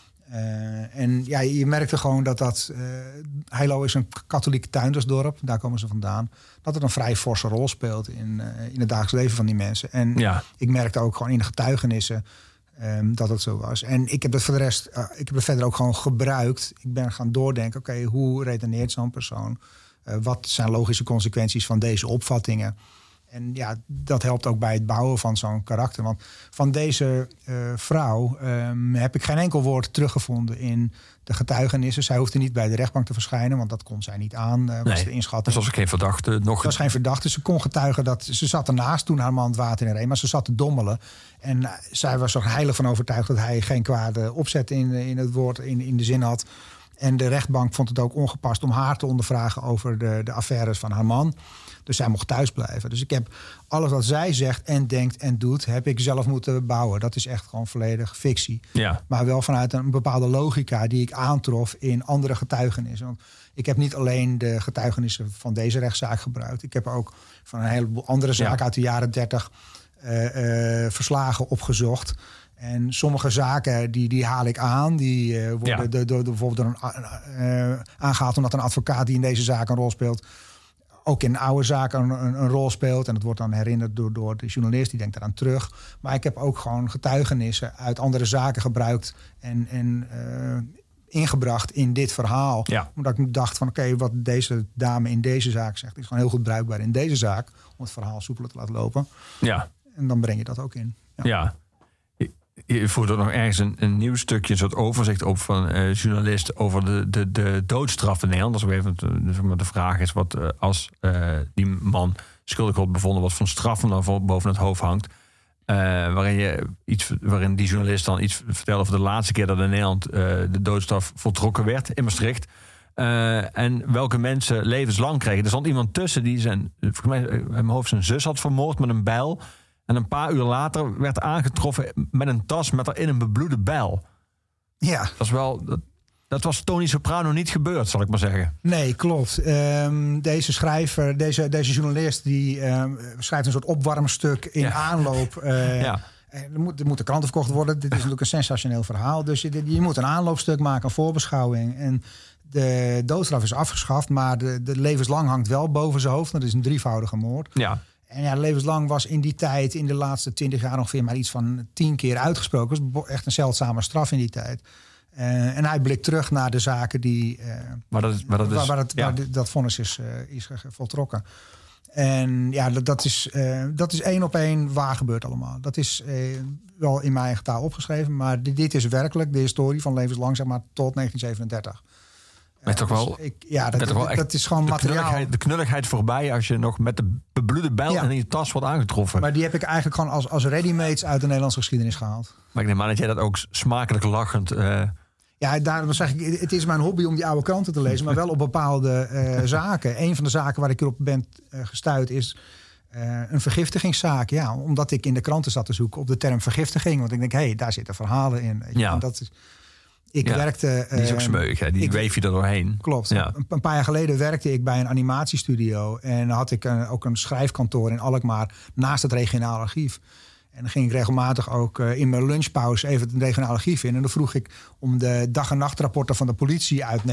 En je merkte gewoon dat Heilo is een katholiek tuindersdorp. Daar komen ze vandaan. Dat het een vrij forse rol speelt in het dagelijks leven van die mensen. En ik merkte ook gewoon in de getuigenissen dat het zo was. En ik heb het voor de rest, ik heb het verder ook gewoon gebruikt. Ik ben gaan doordenken, oké, hoe redeneert zo'n persoon? Wat zijn logische consequenties van deze opvattingen? En dat helpt ook bij het bouwen van zo'n karakter. Want van deze vrouw heb ik geen enkel woord teruggevonden in de getuigenissen. Zij hoefde niet bij de rechtbank te verschijnen, want dat kon zij niet aan. Was de inschatting. Dat was ook geen verdachte. Dat was geen verdachte. Ze kon getuigen dat ze zat ernaast toen haar man het water in reed, maar ze zat te dommelen. En zij was er heilig van overtuigd dat hij geen kwade opzet in het woord, in de zin had. En de rechtbank vond het ook ongepast om haar te ondervragen over de affaires van haar man. Dus zij mocht thuis blijven. Dus ik heb alles wat zij zegt en denkt en doet, heb ik zelf moeten bouwen. Dat is echt gewoon volledig fictie. Ja. Maar wel vanuit een bepaalde logica die ik aantrof in andere getuigenissen. Want ik heb niet alleen de getuigenissen van deze rechtszaak gebruikt. Ik heb ook van een heleboel andere zaken uit de jaren 30 verslagen opgezocht. En sommige zaken die haal ik aan. Die worden bijvoorbeeld aangehaald omdat een advocaat die in deze zaak een rol speelt ook in oude zaken een rol speelt. En dat wordt dan herinnerd door de journalist. Die denkt eraan terug. Maar ik heb ook gewoon getuigenissen uit andere zaken gebruikt en ingebracht in dit verhaal. Ja. Omdat ik dacht van oké, wat deze dame in deze zaak zegt is gewoon heel goed bruikbaar in deze zaak. Om het verhaal soepeler te laten lopen. Ja. En dan breng je dat ook in. Ja. Je voert er nog ergens een nieuw stukje, een soort overzicht op van journalisten over de doodstraf in Nederland. Als even de vraag is wat als die man schuldig wordt bevonden, wat voor straf hem dan boven het hoofd hangt. Waarin die journalist dan iets vertelt over de laatste keer dat in Nederland de doodstraf voltrokken werd in Maastricht. En welke mensen levenslang kregen. Er stond iemand tussen die volgens mij in mijn hoofd zijn zus had vermoord met een bijl. En een paar uur later werd aangetroffen met een tas met erin een bebloede bijl. Ja. Dat was Tony Soprano niet gebeurd, zal ik maar zeggen. Nee, klopt. Deze schrijver, deze journalist, die schrijft een soort opwarmstuk in aanloop. Er moet de kranten verkocht worden. Dit is natuurlijk een sensationeel verhaal. Dus je moet een aanloopstuk maken, een voorbeschouwing. En de doodstraf is afgeschaft, maar de levenslang hangt wel boven zijn hoofd. Dat is een 3voudige moord. Ja. En levenslang was in die tijd, in de laatste 20 jaar ongeveer, maar iets van 10 keer uitgesproken. Dat was echt een zeldzame straf in die tijd. En hij blikt terug naar de zaken die waar dat vonnis is voltrokken. En ja, dat is 1 op 1 waar gebeurt allemaal. Dat is wel in mijn eigen taal opgeschreven, maar dit is werkelijk de historie van levenslang, zeg maar, tot 1937. Met toch wel, dat is gewoon materiaal. De knulligheid voorbij als je nog met de bebloede bijl in je tas wordt aangetroffen. Maar die heb ik eigenlijk gewoon als readymates uit de Nederlandse geschiedenis gehaald. Maar ik neem aan dat jij dat ook smakelijk lachend... Ja, daarom zeg ik, het is mijn hobby om die oude kranten te lezen, maar wel op bepaalde zaken. Een van de zaken waar ik erop ben gestuurd is een vergiftigingszaak. Ja, omdat ik in de kranten zat te zoeken op de term vergiftiging. Want ik denk, daar zitten verhalen in. Ja. En dat is... Ik werkte... Die is ook smeug, hè? Die weef je er doorheen. Klopt. Ja. Een paar jaar geleden werkte ik bij een animatiestudio. En dan had ik ook een schrijfkantoor in Alkmaar naast het regionaal archief. En dan ging ik regelmatig ook in mijn lunchpauze even het regionaal archief in. En dan vroeg ik om de dag- en nachtrapporten van de politie uit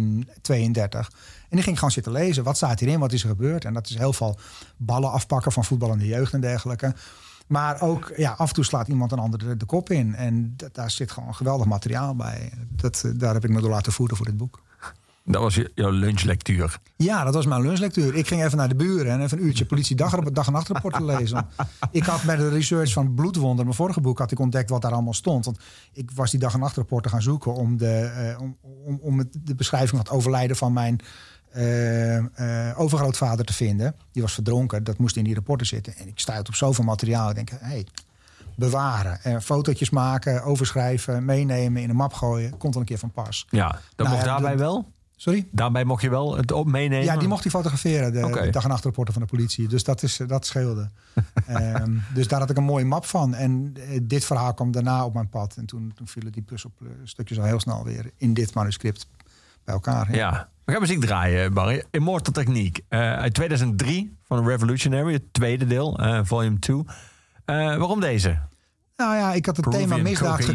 1932. En die ging ik gewoon zitten lezen. Wat staat hierin? Wat is er gebeurd? En dat is heel veel ballen afpakken van voetballende jeugd en dergelijke. Maar ook, af en toe slaat iemand een ander de kop in. En daar zit gewoon geweldig materiaal bij. Daar heb ik me door laten voeden voor dit boek. Dat was jouw lunchlectuur? Ja, dat was mijn lunchlectuur. Ik ging even naar de buren en even een uurtje politie dag- en nachtrapporten lezen. Ik had bij de research van Bloedwonder, mijn vorige boek, had ik ontdekt wat daar allemaal stond. Want ik was die dag- en nachtrapporten gaan zoeken om de beschrijving van het overlijden van mijn overgrootvader te vinden. Die was verdronken, dat moest in die rapporten zitten. En ik stuitte op zoveel materiaal. Ik denk, bewaren. Fotootjes maken, overschrijven, meenemen, in een map gooien. Komt er een keer van pas. Ja, dat mocht daarbij wel? Sorry? Daarbij mocht je wel het op meenemen? Ja, die mocht hij fotograferen, de dag- en nachtrapporten van de politie. Dus dat scheelde. Dus daar had ik een mooie map van. En dit verhaal kwam daarna op mijn pad. En toen vielen die puzzelstukjes al heel snel weer in dit manuscript bij elkaar. Ja. We gaan muziek draaien, Barry. Immortal Technique. Uit 2003 van Revolutionary, het tweede deel, volume 2. Waarom deze? Nou ja, ik had het thema misdaad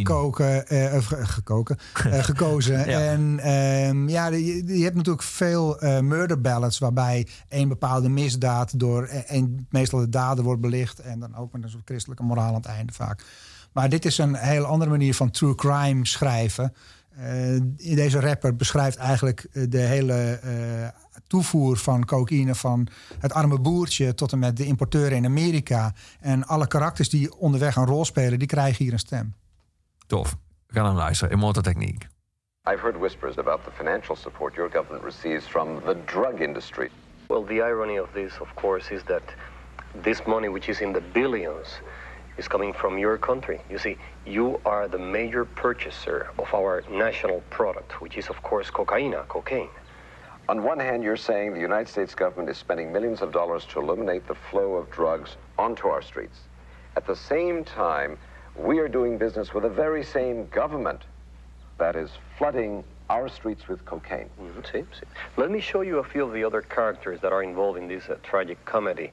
gekozen. Ja. En je hebt natuurlijk veel murder ballads waarbij een bepaalde misdaad door meestal de dader wordt belicht. En dan ook met een soort christelijke moraal aan het einde vaak. Maar dit is een heel andere manier van true crime schrijven. Deze rapper beschrijft eigenlijk de hele toevoer van cocaïne van het arme boertje tot en met de importeur in Amerika. En alle karakters die onderweg een rol spelen, die krijgen hier een stem. Tof. We gaan naar luisteren. Immortal Technique. I've heard whispers about the financial support your government receives from the drug industry. Well, the irony of this, of course, is that this money, which is in the billions, is coming from your country. You see, you are the major purchaser of our national product, which is, of course, cocaine. On one hand, you're saying the United States government is spending millions of dollars to eliminate the flow of drugs onto our streets. At the same time, we are doing business with the very same government that is flooding our streets with cocaine. See. Let me show you a few of the other characters that are involved in this tragic comedy.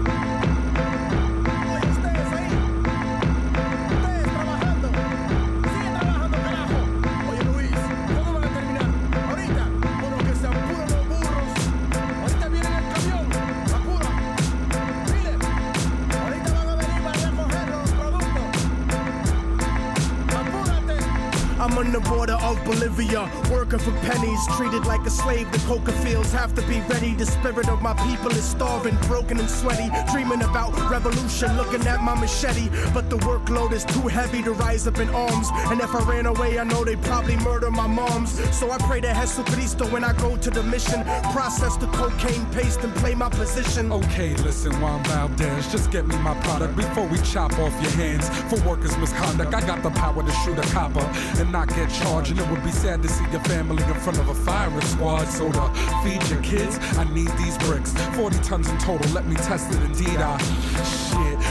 I'm on the border of Bolivia, working for pennies, treated like a slave. The coca fields have to be ready. The spirit of my people is starving, broken and sweaty, dreaming about revolution, looking at my machete. But the workload is too heavy to rise up in arms. And if I ran away, I know they'd probably murder my moms. So I pray to Jesucristo when I go to the mission, process the cocaine paste and play my position. Okay, listen, Juan Valdez, just get me my product before we chop off your hands for workers' misconduct. I got the power to shoot a copper and not get charged, and it would be sad to see your family in front of a firing squad. So to feed your kids, I need these bricks, 40 tons in total, let me test it, indeed. Shit,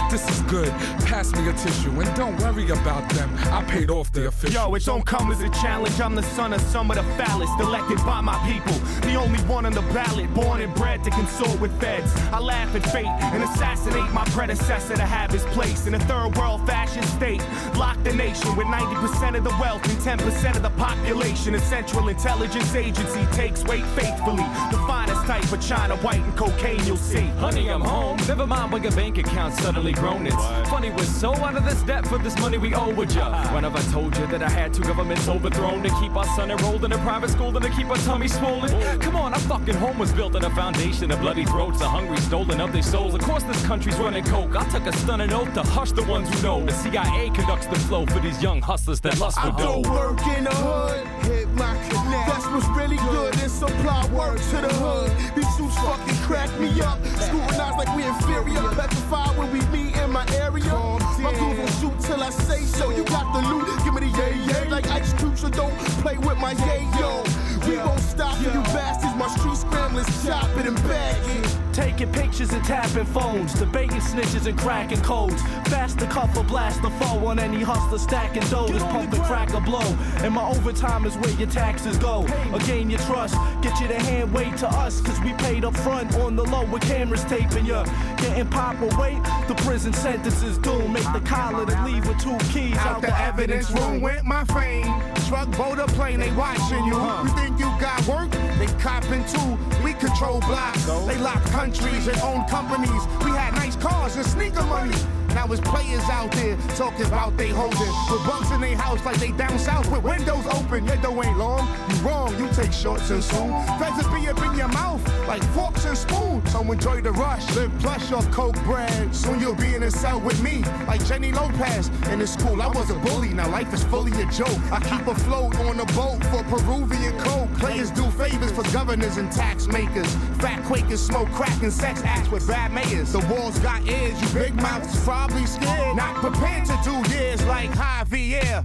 This is good. Pass me a tissue and don't worry about them. I paid off the officials. Yo, it don't come as a challenge. I'm the son of some of the foulest, elected by my people. The only one on the ballot, born and bred to consort with feds. I laugh at fate and assassinate my predecessor to have his place in a third world fascist state. Lock the nation with 90% of the wealth and 10% of the population. A Central Intelligence Agency takes weight faithfully. The finest type of China white and cocaine you'll see. Honey, I'm home. Never mind when your bank account suddenly grown. It's funny, we're so out of this debt for this money we owe with ya. When have I told you that I had two governments overthrown to keep our son enrolled in a private school and to keep our tummy swollen? Come on, our fucking home was built on a foundation of bloody throats, the hungry stolen of their souls. Of course this country's running coke. I took a stunning oath to hush the ones who know. The CIA conducts the flow for these young hustlers that lust for dough. I do work in the hood, hit my connect. That's what's really good and supply work to the hood. These suits fucking crack me up. Scrutinized like we inferior. Petrified when we meet in my area. My dudes will shoot till I say so. You got the loot, give me the yay like Ice Cube, so don't play with my yayo. We won't stop for you bastards. My street scramblers, chop it and bag it. Taking pictures and tapping phones, debating snitches and cracking codes. Fast the cuff or blast the foe on any hustler stacking doughs. Pump the crack or blow. And my overtime is where your taxes go. Or gain your trust, get you the hand wait to us. Cause we paid up front on the low with cameras taping you. Getting pop or wait, the prison sentence is doomed. Make the collar to leave with 2 keys out the evidence room. Went my fame, truck, boat, or plane, they watching you. You think you got work? They copping too. We control blocks, they lock countries and own companies. We had nice cars and sneaker money. Now it's players out there talking about they holding with bucks in their house like they down south with windows open. Your dough ain't long, you wrong, you take shorts and soon. Feds will be up in your mouth like forks and spoons. So enjoy the rush, live plush off coke bread. Soon you'll be in a cell with me like Jenny Lopez. In the school I was a bully, now life is fully a joke. I keep afloat on a boat for Peruvian coke. Players do favors for governors and tax makers. Fat Quakers smoke crack and sex acts with bad mayors. The walls got ears, you big mouths probably scared. Not prepared to do years like Javier.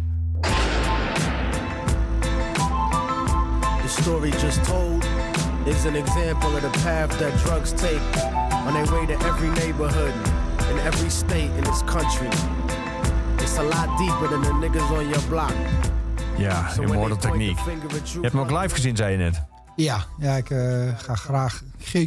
The story just told is an example of the path that drugs take on their way to every neighborhood in every state in this country. It's a lot deeper than the niggas on your block. Ja, Immortal Techniek. Je hebt hem ook live gezien, zei je net. Ja, ik ga graag.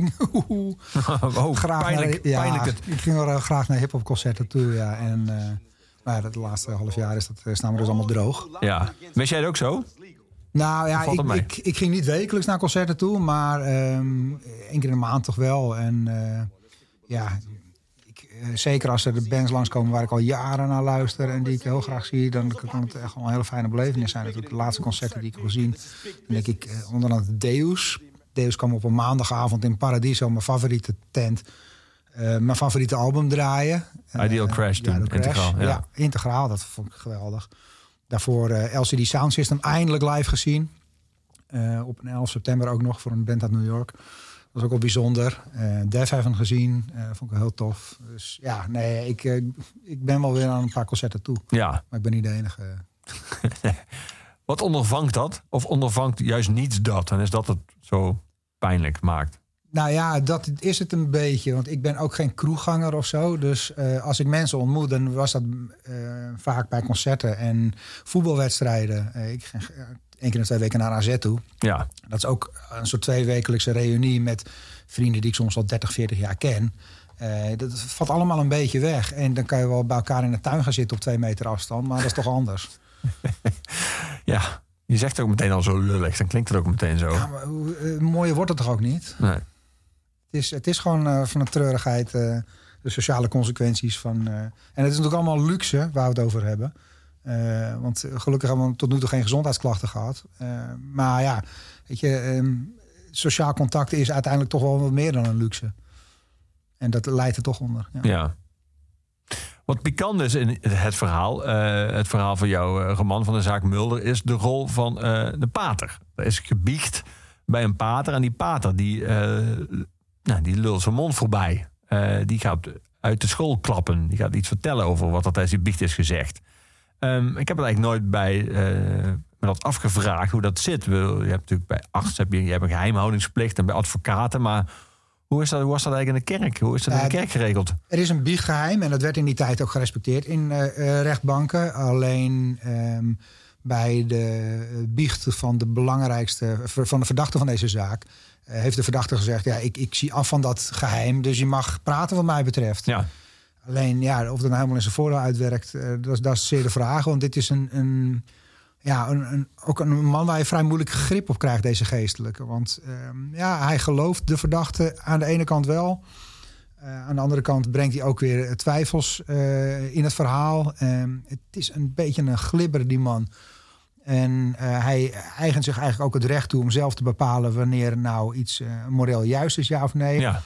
Graag pijnlijk, naar, pijnlijk ik ging wel graag naar hip-hop concerten toe. Ja, en het laatste half jaar staan we dus allemaal droog. Ja, wist jij het ook zo? Nou ja, ik ging niet wekelijks naar concerten toe, maar 1 keer in de maand toch wel. En zeker als er de bands langskomen waar ik al jaren naar luister en die ik heel graag zie, dan kan het echt wel een hele fijne belevenis zijn. Natuurlijk de laatste concerten die ik heb gezien. Dan denk ik onder andere Deus. Deus kwam op een maandagavond in Paradiso, mijn favoriete tent, mijn favoriete album draaien. Ideal Crash toen, integraal. Ja, integraal, dat vond ik geweldig. Daarvoor LCD Sound System eindelijk live gezien. Op 11 september ook nog voor een band uit New York. Dat was ook wel bijzonder. Def Heaven gezien, vond ik heel tof. Dus ja, nee, ik ben wel weer aan een paar concerten toe. Ja. Maar ik ben niet de enige. Wat ondervangt dat? Of ondervangt juist niet dat? En is dat het zo pijnlijk maakt? Nou ja, dat is het een beetje. Want ik ben ook geen kroegganger of zo. Dus als ik mensen ontmoet, dan was dat vaak bij concerten en voetbalwedstrijden. Ik ging 1 keer in 2 weken naar AZ toe. Ja. Dat is ook een soort 2-wekelijkse reunie met vrienden die ik soms al 30, 40 jaar ken. Dat valt allemaal een beetje weg. En dan kan je wel bij elkaar in de tuin gaan zitten op 2 meter afstand. Maar dat is toch anders. Ja, je zegt ook meteen al zo lullig. Dan klinkt het ook meteen zo. Ja, maar mooier wordt het toch ook niet? Nee. Het is gewoon van de treurigheid, de sociale consequenties van. En het is natuurlijk allemaal luxe waar we het over hebben. Want gelukkig hebben we tot nu toe geen gezondheidsklachten gehad. Maar ja, weet je, sociaal contact is uiteindelijk toch wel wat meer dan een luxe. En dat leidt er toch onder. Ja. Wat pikant is in het verhaal van jouw roman van de zaak Mulder, is de rol van de pater. Er is gebiecht bij een pater en die pater die lult zijn mond voorbij. Die gaat uit de school klappen. Die gaat iets vertellen over wat er tijdens die biecht is gezegd. Ik heb het eigenlijk nooit bij me dat afgevraagd hoe dat zit. Je hebt natuurlijk bij arts je hebt een geheimhoudingsplicht en bij advocaten. Maar Hoe was dat eigenlijk in de kerk? Hoe is dat in de kerk geregeld? Er is een biechtgeheim en dat werd in die tijd ook gerespecteerd in rechtbanken. Alleen bij de biecht van de belangrijkste, van de verdachte van deze zaak, heeft de verdachte gezegd, ik zie af van dat geheim, dus je mag praten wat mij betreft. Ja. Alleen of dat nou helemaal in zijn voordeel uitwerkt, dat is zeer de vraag. Want dit is ook een man waar je vrij moeilijk grip op krijgt, deze geestelijke. Want hij gelooft de verdachte aan de ene kant wel. Aan de andere kant brengt hij ook weer twijfels in het verhaal. Het is een beetje een glibber, die man. En hij eigent zich eigenlijk ook het recht toe om zelf te bepalen wanneer nou iets moreel juist is, ja of nee. Ja.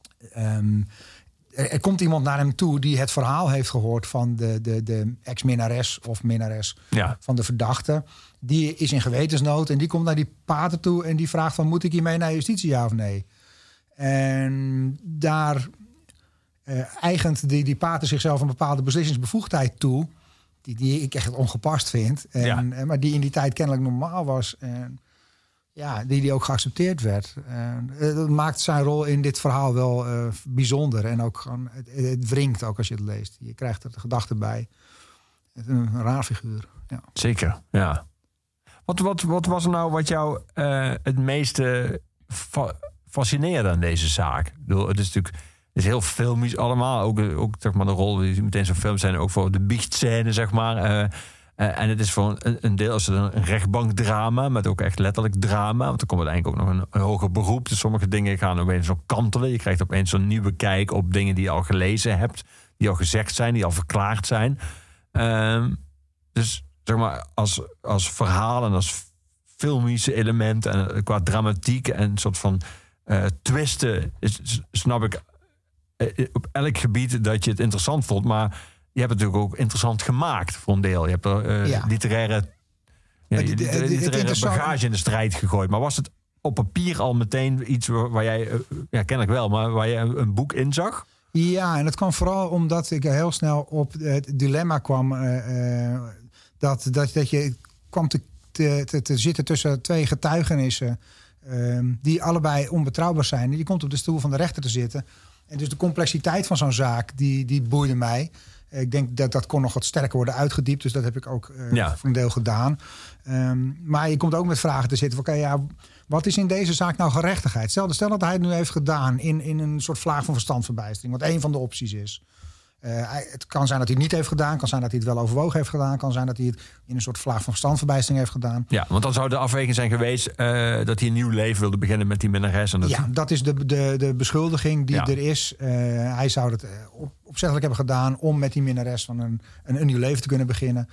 Er komt iemand naar hem toe die het verhaal heeft gehoord van de ex-minnares of minnares van de verdachte. Die is in gewetensnood en die komt naar die pater toe en die vraagt van, moet ik hiermee naar justitie, ja of nee? En daar eigent die pater zichzelf een bepaalde beslissingsbevoegdheid toe, die ik echt ongepast vind. Maar die in die tijd kennelijk normaal was. En die ook geaccepteerd werd. Dat maakt zijn rol in dit verhaal wel bijzonder. En ook gewoon, het wringt ook als je het leest. Je krijgt er de gedachte bij. Een raar figuur. Ja. Zeker, ja. Wat was er nou wat jou het meeste fascineerde aan deze zaak? Ik bedoel, het is natuurlijk heel filmisch allemaal. Ook zeg maar, de rol die meteen zo'n film zijn. Ook voor de biechtscène, zeg maar. En het is voor een deel als een rechtbankdrama, met ook echt letterlijk drama. Want er komt uiteindelijk ook nog een hoger beroep. Dus sommige dingen gaan opeens zo kantelen. Je krijgt opeens zo'n nieuwe kijk op dingen die je al gelezen hebt. Die al gezegd zijn, die al verklaard zijn. Dus zeg maar, als verhaal en als filmische elementen en qua dramatiek en een soort van twisten, snap ik op elk gebied dat je het interessant vond. Maar je hebt het natuurlijk ook interessant gemaakt voor een deel. Je hebt er literaire bagage in de strijd gegooid. Maar was het op papier al meteen iets waar jij, kennelijk wel, maar waar jij een boek in zag? Ja, en dat kwam vooral omdat ik heel snel op het dilemma kwam dat je kwam te zitten tussen twee getuigenissen die allebei onbetrouwbaar zijn. Je komt op de stoel van de rechter te zitten. En dus de complexiteit van zo'n zaak, die boeide mij. Ik denk dat kon nog wat sterker worden uitgediept. Dus dat heb ik ook voor een deel gedaan. Maar je komt ook met vragen te zitten. Wat is in deze zaak nou gerechtigheid? Stel dat hij het nu heeft gedaan in een soort vlaag van verstandverbijstering. Wat één van de opties is. Het kan zijn dat hij het niet heeft gedaan. Kan zijn dat hij het wel overwogen heeft gedaan. Kan zijn dat hij het in een soort vlaag van verstandverbijstering heeft gedaan. Ja, want dan zou de afweging zijn geweest dat hij een nieuw leven wilde beginnen met die minnares. Dat is de beschuldiging die er is. Hij zou het opzettelijk hebben gedaan om met die minnares van een nieuw leven te kunnen beginnen.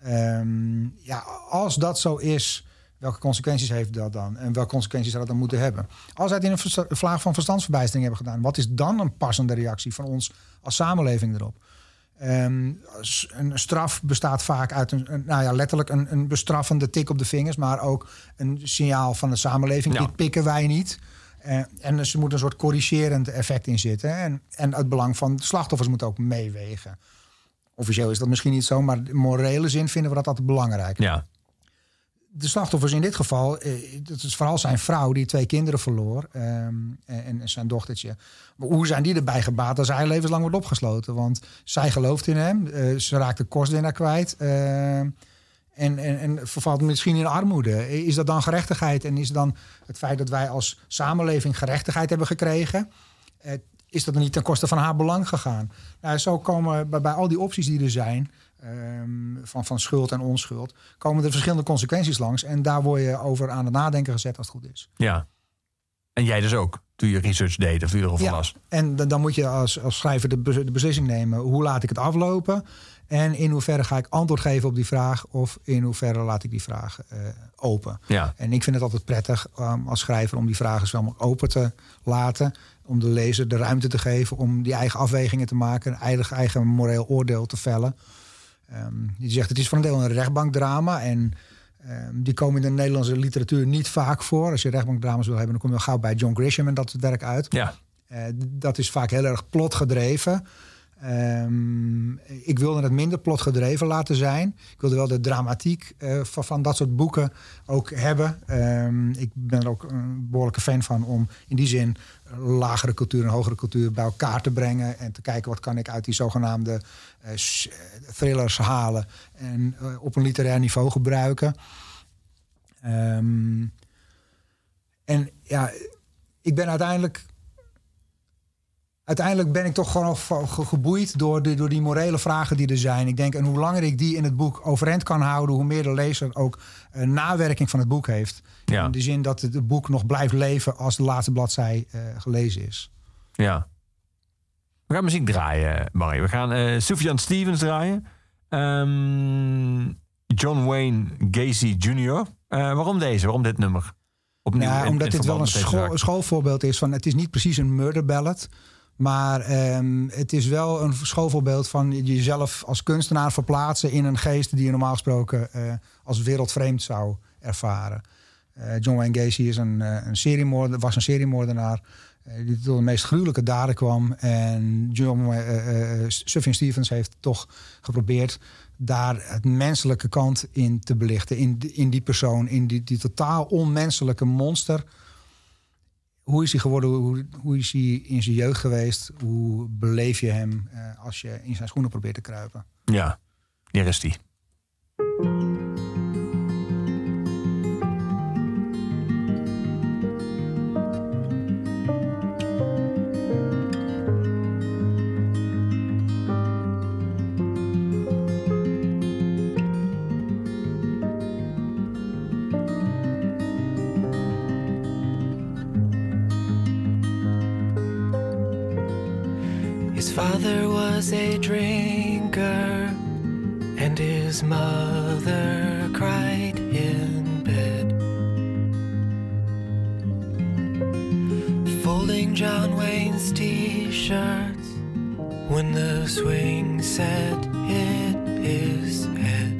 Als dat zo is, welke consequenties heeft dat dan? En welke consequenties zou dat dan moeten hebben? Als hij het in een vlaag van verstandsverbijstering hebben gedaan, wat is dan een passende reactie van ons als samenleving erop? Een straf bestaat vaak uit letterlijk een bestraffende tik op de vingers, maar ook een signaal van de samenleving. Dit pikken wij niet. En er moet een soort corrigerend effect in zitten. En het belang van de slachtoffers moet ook meewegen. Officieel is dat misschien niet zo, maar in morele zin vinden we dat altijd belangrijk. Ja. De slachtoffers in dit geval, dat is vooral zijn vrouw die 2 kinderen verloor en zijn dochtertje. Maar hoe zijn die erbij gebaat als hij levenslang wordt opgesloten? Want zij gelooft in hem, ze raakt de kostwinnaar kwijt en vervalt misschien in armoede. Is dat dan gerechtigheid? En is dan het feit dat wij als samenleving gerechtigheid hebben gekregen, is dat dan niet ten koste van haar belang gegaan? Nou, zo komen bij al die opties die er zijn, van schuld en onschuld, komen er verschillende consequenties langs. En daar word je over aan het nadenken gezet als het goed is. Ja. En jij dus ook, toen je research deed of toen je erover las. En dan moet je als schrijver de beslissing nemen. Hoe laat ik het aflopen? En in hoeverre ga ik antwoord geven op die vraag? Of in hoeverre laat ik die vraag open? Ja. En ik vind het altijd prettig als schrijver om die vragen zo mogelijk open te laten. Om de lezer de ruimte te geven om die eigen afwegingen te maken. Een eigen moreel oordeel te vellen. Je zegt het is voor een deel een rechtbankdrama. En die komen in de Nederlandse literatuur niet vaak voor. Als je rechtbankdrama's wil hebben, dan kom je al gauw bij John Grisham en dat werk uit. Ja. Dat is vaak heel erg plotgedreven. Ik wilde het minder plotgedreven laten zijn. Ik wilde wel de dramatiek van dat soort boeken ook hebben. Ik ben er ook een behoorlijke fan van om in die zin lagere cultuur en hogere cultuur bij elkaar te brengen. En te kijken wat kan ik uit die zogenaamde thrillers halen en op een literair niveau gebruiken. En ja, ik ben uiteindelijk ben ik toch gewoon geboeid door die morele vragen die er zijn. Ik denk, en hoe langer ik die in het boek overeind kan houden, hoe meer de lezer ook nawerking van het boek heeft. Ja. In de zin dat het boek nog blijft leven als de laatste bladzij gelezen is. Ja. We gaan muziek draaien, Barry. We gaan Sufjan Stevens draaien. John Wayne Gacy Jr. Waarom deze? Waarom dit nummer? Opnieuw, omdat dit wel een schoolvoorbeeld is van, het is niet precies een murder ballad, maar het is wel een schoolvoorbeeld van jezelf als kunstenaar verplaatsen in een geest die je normaal gesproken als wereldvreemd zou ervaren. John Wayne Gacy is was een seriemoordenaar die tot de meest gruwelijke daden kwam. En Sufjan Stevens heeft toch geprobeerd daar het menselijke kant in te belichten. In die persoon, in die totaal onmenselijke monster. Hoe is hij geworden? Hoe is hij in zijn jeugd geweest? Hoe beleef je hem als je in zijn schoenen probeert te kruipen? Ja, hier is hij. Father was a drinker, and his mother cried in bed. Folding John Wayne's t-shirts when the swing set hit his head.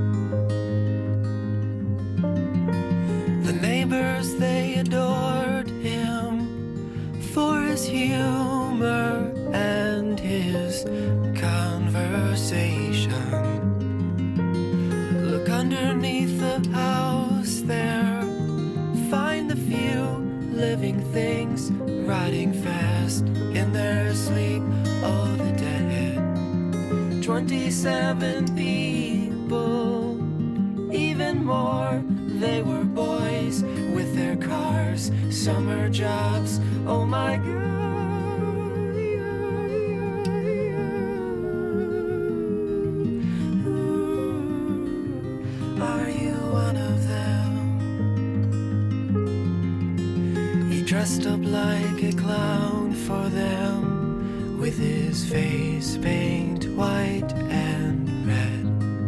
The neighbors, they adored him for his humor and his conversation. Look underneath the house there, find the few living things riding fast in their sleep. Oh, the dead. 27 people, even more. They were boys with their cars, summer jobs. Oh my God. Dressed up like a clown for them, with his face paint white and red.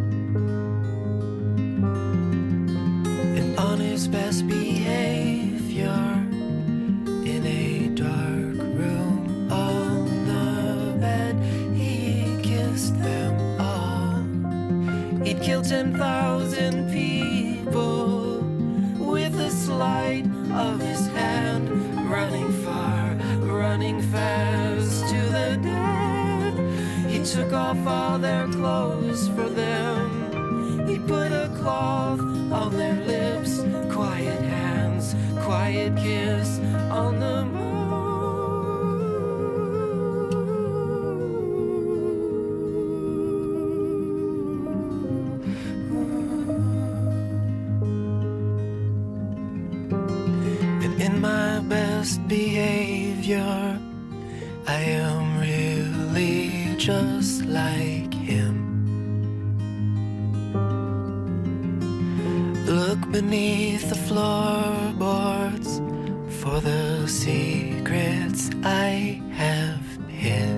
And on his best behavior, in a dark room on the bed, he kissed them all. He'd killed 10,000 people with a sleight of his hand, running far, running fast to the dead. He took off all their clothes for them. He put a cloth on their lips, quiet hands, quiet kiss on the moon. In my best behavior, I am really just like him. Look beneath the floorboards for the secrets I have hid.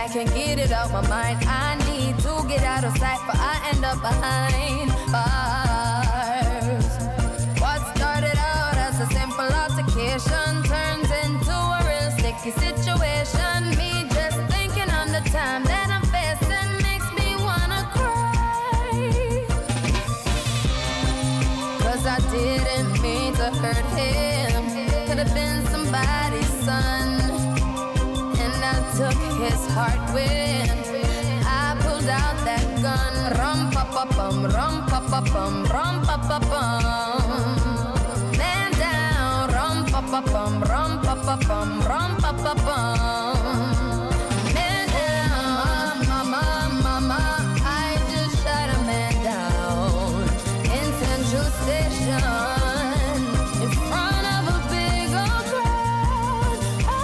I can't get it out my mind. I need to get out of sight, but I end up behind bars. What started out as a simple altercation turns into a real sticky situation. Me just thinking on the time that I'm facing makes me wanna cry. 'Cause I didn't mean to hurt him. Could have been somebody's son. And I took his heart with. I pulled out that gun. Rum pa pa bum, rum pa pa bum, rum pa pa bum. Man down, rum pa pa bum, rum pa pa bum, rum pa pa bum. Man down, mama, mama, I just shot a man down in Central Station in front of a big old crowd.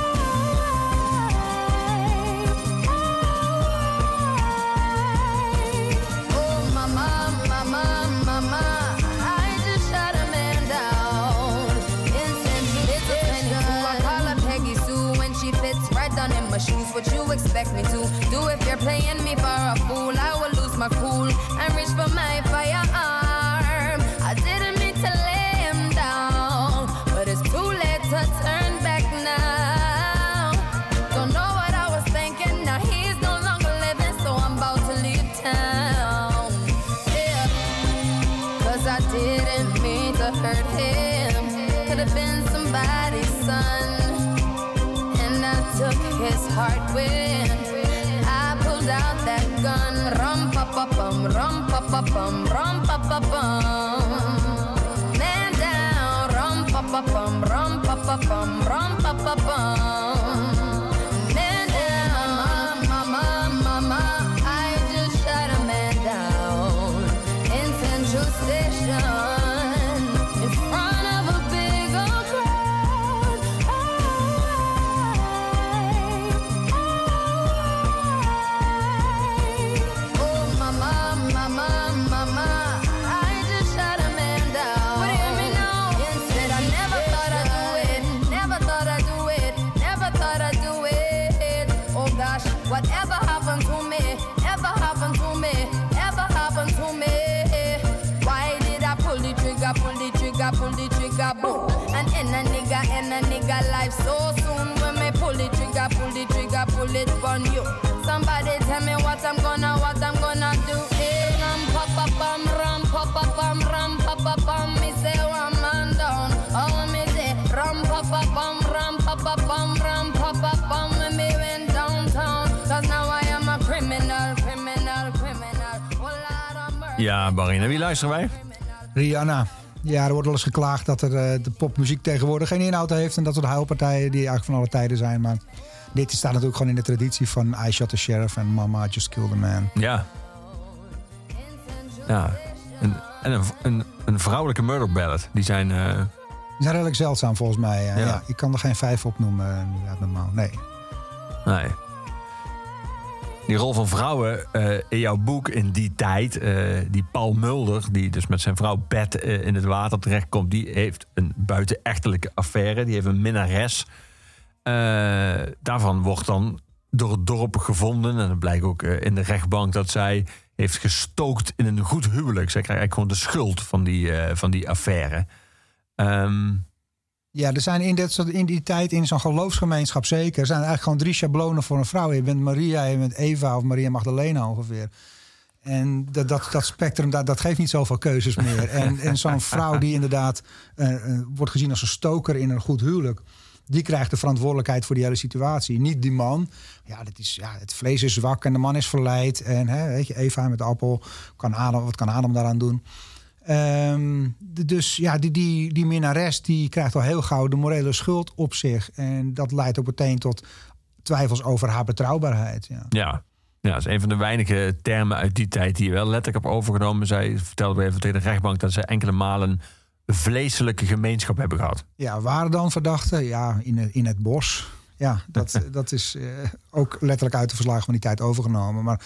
Oh, mama, mama, mama, I just shot a man down in Central Station. I call her Peggy Sue when she fits right down in my shoes. What you expect me to do if you're playing me for a fool? I will lose my cool and reach for my firearm. I didn't mean to lay him down, but it's too late to turn back now. Don't know what I was thinking, now he's no longer living, so I'm about to leave town. Yeah, 'cause I didn't mean to hurt him. Could have been somebody's son. And I took his heart with. I pulled out that gun. Rum pa pa bum, rum pa pa bum, rum pa pa bum. Man down, rum pa pa bum, rum pa pa bum, rum pa pa bum. Man down, mama, mama, I just shot a man down in Central Station in front of a big old crowd. Oh, mama, mama, mama, I just shot a man down. But hear me now. Instead, I never thought I'd do it. Never thought I'd do it. Never thought I'd do it. Oh gosh, whatever happened to me? Ever happened to me? Ever happened to me? Why did I pull the trigger, pull the trigger, pull the trigger, boom? And in a nigga life so soon. When me pull the trigger, pull it on you. Somebody tell me what I'm gonna do. Ram pa pa pam, ram pa pa pam, ram pa pa pam. Me say one man down. Oh me say ram pa pa pam, ram pa pa pam, ram pa pa pam. When me went downtown, 'cause now I am a criminal. Oh Lord of mercy. Ja, Barry, naar wie luisteren wij? Rihanna. Ja, er wordt wel eens geklaagd dat er de popmuziek tegenwoordig geen inhoud heeft. En dat soort huilpartijen die eigenlijk van alle tijden zijn. Maar dit staat natuurlijk gewoon in de traditie van I Shot the Sheriff en Mama I Just Killed a Man. Ja. Ja. Een vrouwelijke murder ballad. Die zijn... Die zijn redelijk zeldzaam volgens mij. Ja. Ja, ik kan er geen 5 opnoemen nu uit mijn mouw. Nee. Die rol van vrouwen in jouw boek in die tijd, die Paul Mulder, die dus met zijn vrouw Beth in het water terechtkomt, die heeft een buitenechtelijke affaire. Die heeft een minnares. Daarvan wordt dan door het dorp gevonden. En dan blijkt ook in de rechtbank dat zij heeft gestookt in een goed huwelijk. Zij krijgt eigenlijk gewoon de schuld van die affaire. Ja, er zijn in die tijd in zo'n geloofsgemeenschap zeker. Er zijn eigenlijk gewoon 3 schablonen voor een vrouw. Je bent Maria, je bent Eva of Maria Magdalena ongeveer. En dat spectrum, dat geeft niet zoveel keuzes meer. En zo'n vrouw die inderdaad wordt gezien als een stoker in een goed huwelijk, die krijgt de verantwoordelijkheid voor die hele situatie. Niet die man. Ja, het vlees is zwak en de man is verleid. En weet je, Eva met de appel, wat kan Adam daaraan doen? Dus ja, die minnares die krijgt al heel gauw de morele schuld op zich. En dat leidt ook meteen tot twijfels over haar betrouwbaarheid. Ja, dat is een van de weinige termen uit die tijd die je wel letterlijk hebt overgenomen. Zij vertelde even tegen de rechtbank dat ze enkele malen vleeselijke gemeenschap hebben gehad. Ja, waren dan verdachten? Ja, in het bos. Ja, dat is ook letterlijk uit de verslagen van die tijd overgenomen. Maar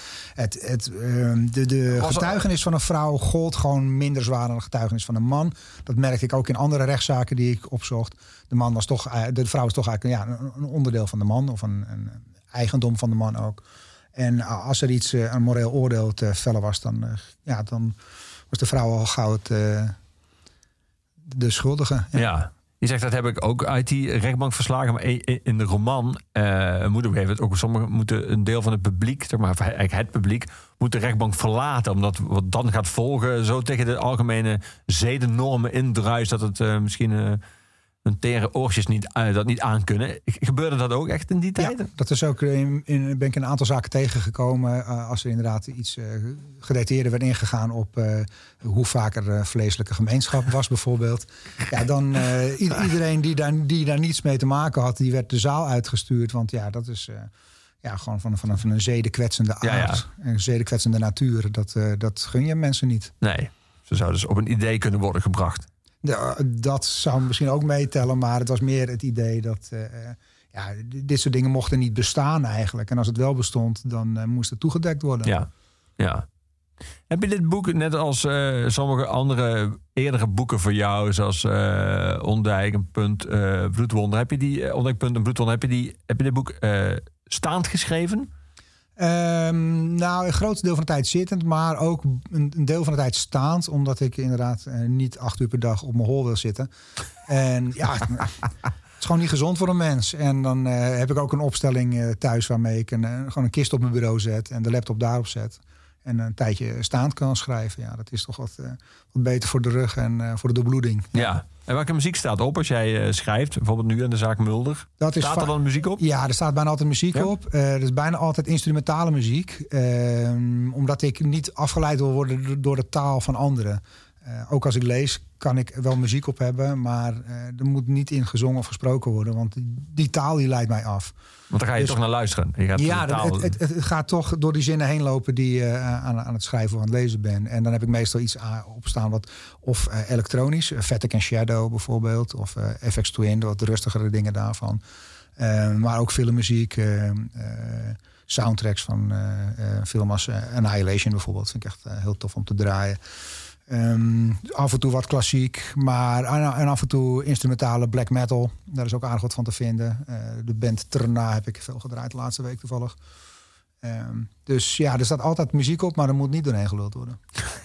de getuigenis van een vrouw gold gewoon minder zwaar dan de getuigenis van een man. Dat merkte ik ook in andere rechtszaken die ik opzocht. De vrouw was toch eigenlijk een onderdeel van de man. Of eigendom van de man ook. En als er iets, een moreel oordeel te vellen was, dan was de vrouw al gauw de schuldige. Ja. Je zegt, dat heb ik ook uit die rechtbank verslagen. Maar in de roman moet op een gegeven moment ook sommigen moeten een deel van het publiek, zeg maar eigenlijk het publiek, moet de rechtbank verlaten. Omdat wat dan gaat volgen zo tegen de algemene zedennormen indruist dat het misschien een tere oortjes dat niet aankunnen. Gebeurde dat ook echt in die tijd? Ja, dat is ook ben ik een aantal zaken tegengekomen. Als er inderdaad iets gedetailleerder werd ingegaan op hoe vaak er vleeselijke gemeenschap was bijvoorbeeld. Ja, dan iedereen die daar niets mee te maken had, die werd de zaal uitgestuurd. Want ja, dat is gewoon van een zedenkwetsende aard. Ja. Een zedenkwetsende natuur. Dat gun je mensen niet. Nee, ze zouden dus op een idee kunnen worden gebracht. Dat zou misschien ook meetellen, maar het was meer het idee dat dit soort dingen mochten niet bestaan eigenlijk. En als het wel bestond, dan moest het toegedekt worden. Ja. Heb je dit boek, net als sommige andere eerdere boeken voor jou, zoals Ondijk, een punt, Bloedwonder, heb je die Ondijk, punt en Bloedwonder, heb je dit boek staand geschreven? Een groot deel van de tijd zittend, maar ook een deel van de tijd staand, omdat ik inderdaad niet 8 uur per dag op mijn hol wil zitten. En het is gewoon niet gezond voor een mens. En dan heb ik ook een opstelling thuis waarmee ik gewoon een kist op mijn bureau zet en de laptop daarop zet. En een tijdje staand kan schrijven. Ja, dat is toch wat beter voor de rug en voor de doorbloeding. Ja. En welke muziek staat op als jij schrijft? Bijvoorbeeld nu aan de zaak Mulder. Staat er dan muziek op? Ja, er staat bijna altijd muziek op. Er is bijna altijd instrumentale muziek. Omdat ik niet afgeleid wil worden door de taal van anderen. Ook als ik lees kan ik wel muziek op hebben. Maar er moet niet in gezongen of gesproken worden. Want die taal die leidt mij af. Want dan ga je toch naar luisteren. Het gaat toch door die zinnen heen lopen die je aan het schrijven of aan het lezen bent. En dan heb ik meestal iets opstaan wat of elektronisch, Static and Shadow bijvoorbeeld, of FX Twin, wat rustigere dingen daarvan. Maar ook filmmuziek, soundtracks van film als Annihilation bijvoorbeeld, vind ik echt heel tof om te draaien. Af en toe wat klassiek, maar en af en toe instrumentale black metal. Daar is ook aardig wat van te vinden. De band Trna heb ik veel gedraaid de laatste week toevallig. Dus ja, er staat altijd muziek op, maar er moet niet doorheen geluld worden.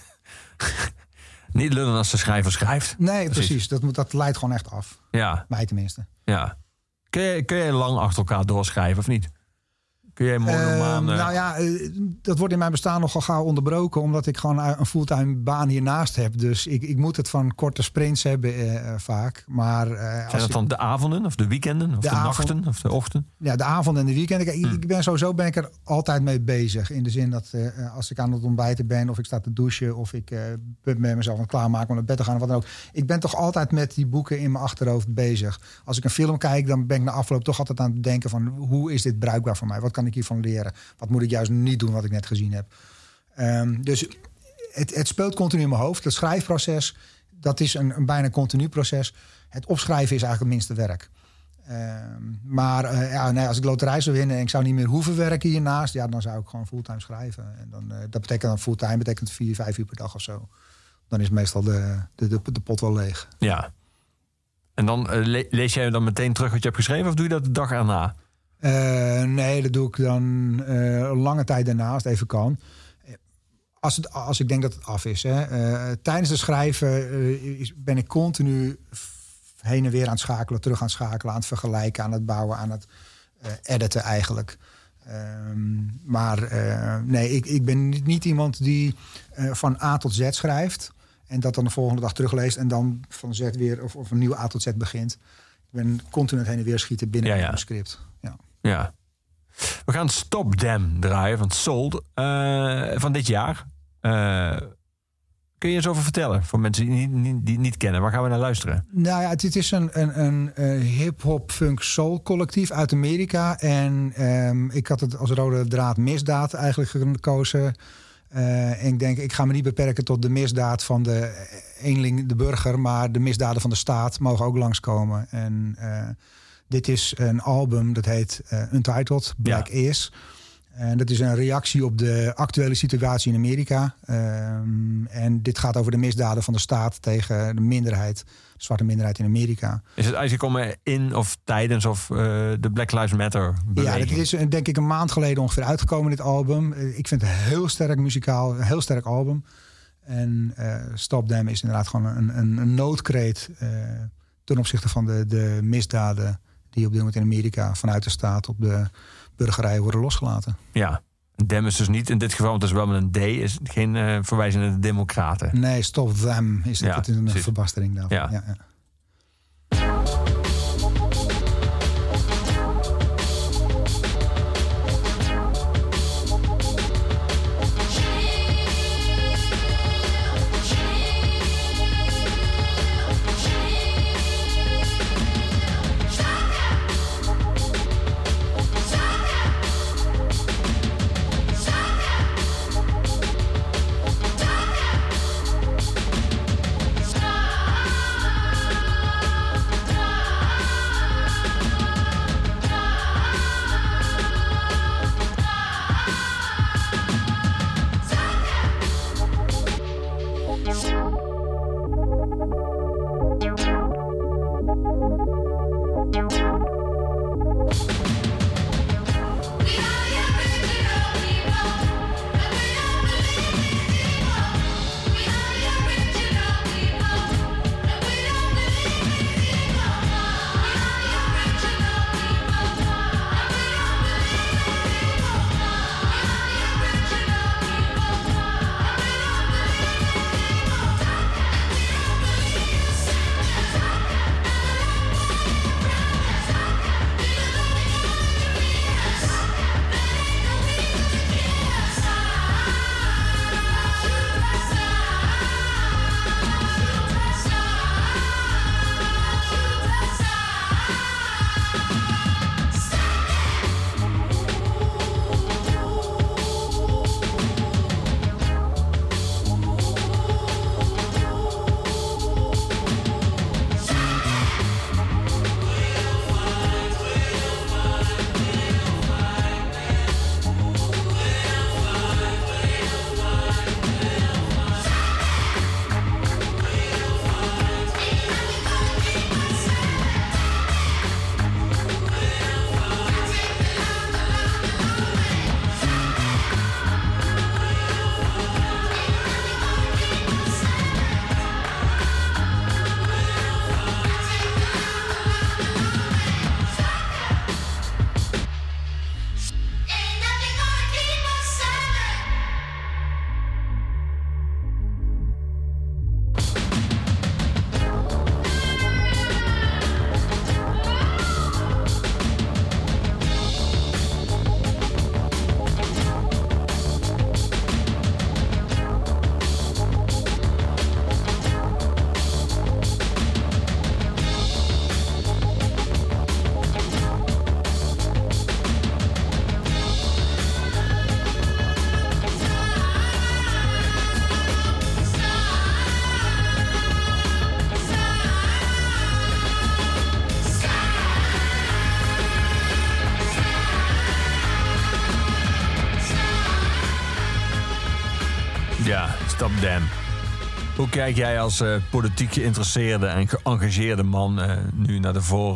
Niet lullen als de schrijver schrijft. Nee, precies. Dat leidt gewoon echt af. Ja. Mij tenminste. Ja. Kun je lang achter elkaar doorschrijven of niet? Kun jij monomaan... dat wordt in mijn bestaan nogal gauw onderbroken, omdat ik gewoon een fulltime baan hiernaast heb. Dus ik moet het van korte sprints hebben vaak. Maar, zijn dat dan de avonden of de weekenden of de nachten of de ochtend? Ja, de avonden en de weekenden. Ik ben ik er altijd mee bezig. In de zin dat als ik aan het ontbijten ben of ik sta te douchen of ik ben mezelf aan het klaarmaken om naar bed te gaan of wat dan ook. Ik ben toch altijd met die boeken in mijn achterhoofd bezig. Als ik een film kijk, dan ben ik na afloop toch altijd aan het denken van hoe is dit bruikbaar voor mij? Wat kan ik hiervan leren? Wat moet ik juist niet doen wat ik net gezien heb? Dus het speelt continu in mijn hoofd. Het schrijfproces, dat is een bijna continu proces. Het opschrijven is eigenlijk het minste werk. Als ik loterij zou winnen en ik zou niet meer hoeven werken hiernaast, dan zou ik gewoon fulltime schrijven. En dan, dat betekent dan fulltime, betekent 4-5 uur per dag of zo. Dan is meestal de pot wel leeg. Ja. En dan lees jij dan meteen terug wat je hebt geschreven of doe je dat de dag erna? Nee, dat doe ik dan lange tijd daarna, als het even kan. Als ik denk dat het af is. Tijdens het schrijven ben ik continu heen en weer aan het schakelen, terug aan het schakelen, aan het vergelijken, aan het bouwen, aan het editen eigenlijk. Ik ben niet iemand die van A tot Z schrijft en dat dan de volgende dag terugleest en dan van Z weer of een nieuw A tot Z begint. Ik ben continu heen en weer schieten binnen mijn script. Ja. We gaan Stop Them draaien van Sold van dit jaar. Kun je eens over vertellen voor mensen die niet kennen? Waar gaan we naar luisteren? Nou ja, het is een hip-hop funk soul collectief uit Amerika. En ik had het als rode draad misdaad eigenlijk gekozen. En ik denk, ik ga me niet beperken tot de misdaad van de eenling, de burger, maar de misdaden van de staat mogen ook langskomen. En dit is een album dat heet Untitled, Black Is. En dat is een reactie op de actuele situatie in Amerika. En dit gaat over de misdaden van de staat tegen de minderheid, de zwarte minderheid in Amerika. Is het uitgekomen in of tijdens of de Black Lives Matter beweging? Ja, dit is denk ik een maand geleden ongeveer uitgekomen, dit album. Ik vind het heel sterk muzikaal, een heel sterk album. En Stop Them is inderdaad gewoon een noodkreet ten opzichte van de misdaden die op dit moment in Amerika vanuit de staat op de burgerij worden losgelaten. Ja, Dem is dus niet in dit geval, want het is wel met een D, is geen verwijzing naar de Democraten. Nee, Stop Them is het, het is een precies. verbastering daarvan. Ja. Ja. Ja, Stop Them. Hoe kijk jij als politiek geïnteresseerde en geëngageerde man nu naar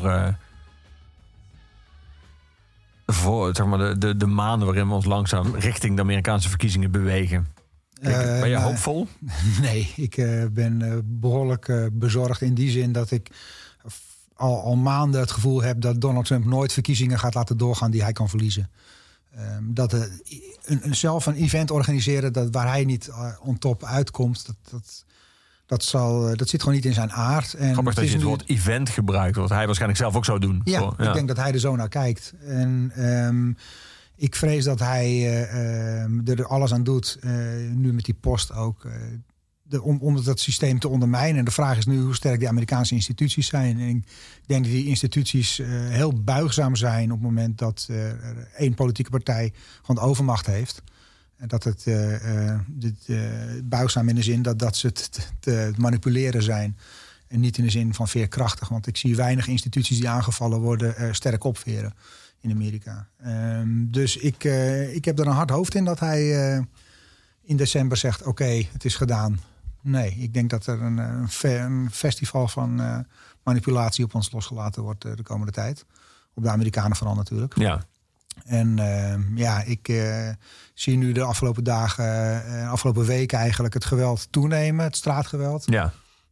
zeg maar de maanden waarin we ons langzaam richting de Amerikaanse verkiezingen bewegen? Ben je hoopvol? Nee, ik ben behoorlijk bezorgd in die zin dat ik al maanden het gevoel heb dat Donald Trump nooit verkiezingen gaat laten doorgaan die hij kan verliezen. Dat zelf een event organiseren waar hij niet on top uitkomt, dat zit gewoon niet in zijn aard. En grappig dat je het woord event gebruikt, wat hij waarschijnlijk zelf ook zou doen. Ja, ik denk dat hij er zo naar kijkt. En ik vrees dat hij er alles aan doet, nu met die post ook, om dat systeem te ondermijnen. En de vraag is nu hoe sterk die Amerikaanse instituties zijn. En ik denk dat die instituties heel buigzaam zijn op het moment dat er één politieke partij gewoon de overmacht heeft. En dat het buigzaam in de zin dat ze te manipuleren zijn. En niet in de zin van veerkrachtig. Want ik zie weinig instituties die aangevallen worden sterk opveren in Amerika. Dus ik heb er een hard hoofd in dat hij in december zegt... oké, het is gedaan. Nee, ik denk dat er een festival van manipulatie op ons losgelaten wordt de komende tijd. Op de Amerikanen vooral natuurlijk. Ja. En ik zie nu de afgelopen dagen, afgelopen weken eigenlijk het geweld toenemen. Het straatgeweld. Ja.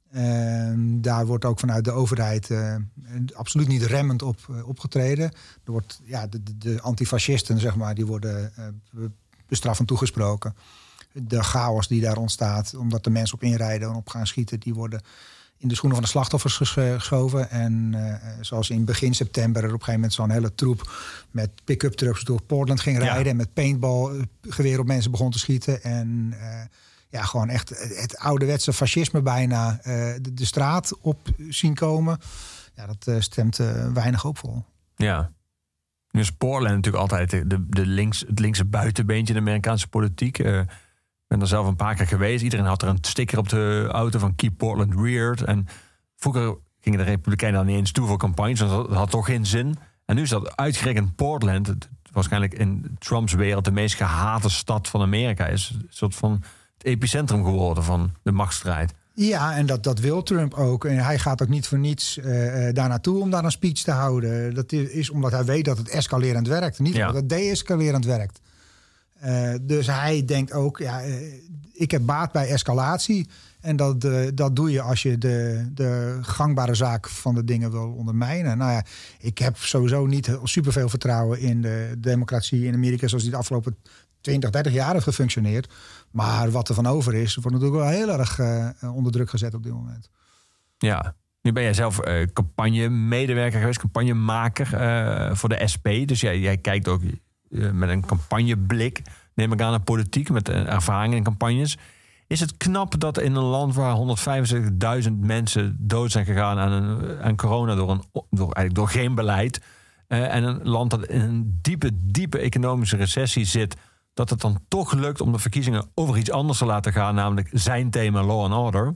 Daar wordt ook vanuit de overheid absoluut niet remmend opgetreden. Er wordt, de antifascisten, zeg maar, die worden bestraffend toegesproken. De chaos die daar ontstaat, omdat de mensen op inrijden en op gaan schieten, die worden in de schoenen van de slachtoffers geschoven. En zoals in begin september er op een gegeven moment zo'n hele troep met pick-up trucks door Portland ging rijden en met paintballgeweer op mensen begon te schieten. En gewoon echt het ouderwetse fascisme bijna de straat op zien komen. Ja, dat stemt weinig hoopvol. Ja. Nu is Portland natuurlijk altijd het linkse buitenbeentje in de Amerikaanse politiek. Ik ben er zelf een paar keer geweest. Iedereen had er een sticker op de auto van Keep Portland Weird. En vroeger gingen de Republikeinen daar niet eens toe voor campagnes. Want dat had toch geen zin. En nu is dat uitgerekend Portland, het waarschijnlijk in Trumps wereld de meest gehate stad van Amerika, is een soort van het epicentrum geworden van de machtsstrijd. Ja, en dat wil Trump ook. En hij gaat ook niet voor niets daar naartoe om daar een speech te houden. Dat is omdat hij weet dat het escalerend werkt. Niet omdat het de-escalerend werkt. Dus hij denkt ook, ik heb baat bij escalatie. En dat doe je als je de gangbare zaak van de dingen wil ondermijnen. Nou ja, ik heb sowieso niet superveel vertrouwen in de democratie in Amerika zoals die de afgelopen 20, 30 jaar heeft gefunctioneerd. Maar wat er van over is, wordt natuurlijk wel heel erg onder druk gezet op dit moment. Ja, nu ben jij zelf campagne-medewerker geweest, campagnemaker voor de SP. Dus jij kijkt ook met een campagneblik, neem ik aan, naar politiek, met ervaring in campagnes. Is het knap dat in een land waar 175.000 mensen dood zijn gegaan aan corona door geen beleid, en een land dat in een diepe economische recessie zit, dat het dan toch lukt om de verkiezingen over iets anders te laten gaan, namelijk zijn thema law and order?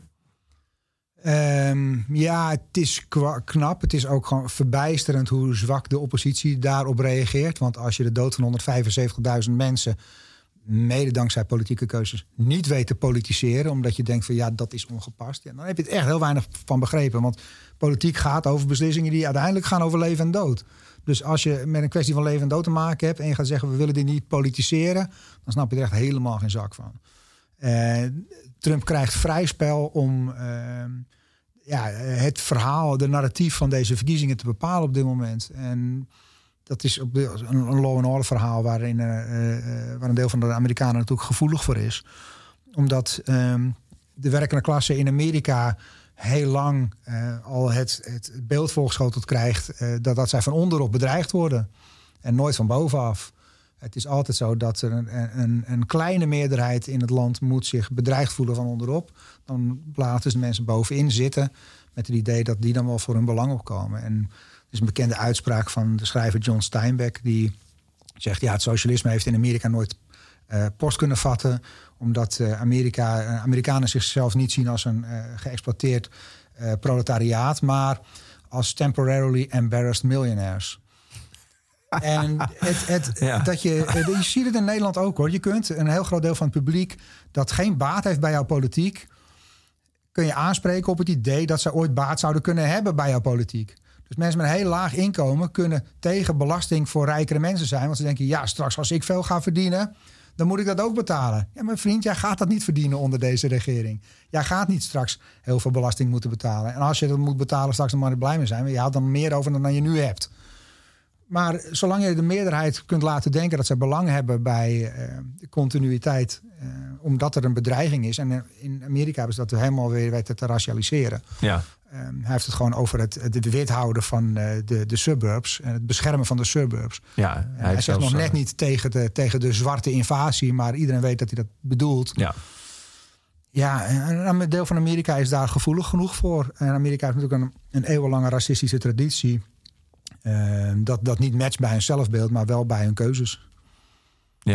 Het is knap. Het is ook gewoon verbijsterend hoe zwak de oppositie daarop reageert. Want als je de dood van 175.000 mensen, mede dankzij politieke keuzes, niet weet te politiseren, omdat je denkt van dat is ongepast, dan heb je het echt heel weinig van begrepen. Want politiek gaat over beslissingen die uiteindelijk gaan over leven en dood. Dus als je met een kwestie van leven en dood te maken hebt en je gaat zeggen we willen dit niet politiseren, dan snap je er echt helemaal geen zak van. Trump krijgt vrij spel om het verhaal, de narratief van deze verkiezingen te bepalen op dit moment. En dat is een law and order verhaal waar een deel van de Amerikanen natuurlijk gevoelig voor is. Omdat de werkende klasse in Amerika heel lang al het beeld voorgeschoteld krijgt dat zij van onderop bedreigd worden en nooit van bovenaf. Het is altijd zo dat er een kleine meerderheid in het land moet zich bedreigd voelen van onderop. Dan laten ze de mensen bovenin zitten met het idee dat die dan wel voor hun belang opkomen. En er is een bekende uitspraak van de schrijver John Steinbeck die zegt het socialisme heeft in Amerika nooit post kunnen vatten, omdat Amerikanen zichzelf niet zien als een geëxploiteerd proletariaat, maar als temporarily embarrassed millionaires. En je ziet het in Nederland ook hoor. Je kunt een heel groot deel van het publiek dat geen baat heeft bij jouw politiek, kun je aanspreken op het idee dat ze ooit baat zouden kunnen hebben bij jouw politiek. Dus mensen met een heel laag inkomen kunnen tegen belasting voor rijkere mensen zijn. Want ze denken, straks als ik veel ga verdienen, dan moet ik dat ook betalen. Ja, maar vriend, jij gaat dat niet verdienen onder deze regering. Jij gaat niet straks heel veel belasting moeten betalen. En als je dat moet betalen straks, dan mag je blij mee zijn. Maar je haalt dan meer over dan je nu hebt. Maar zolang je de meerderheid kunt laten denken dat ze belang hebben bij de continuïteit, omdat er een bedreiging is. En in Amerika hebben ze dat helemaal weer weten te racialiseren. Ja. Hij heeft het gewoon over het withouden van de suburbs en het beschermen van de suburbs. Ja, hij zegt nog net niet tegen de zwarte invasie, maar iedereen weet dat hij dat bedoelt. Ja. Ja, een deel van Amerika is daar gevoelig genoeg voor. En Amerika heeft natuurlijk een eeuwenlange racistische traditie. Dat niet matcht bij hun zelfbeeld, maar wel bij hun keuzes. Ja.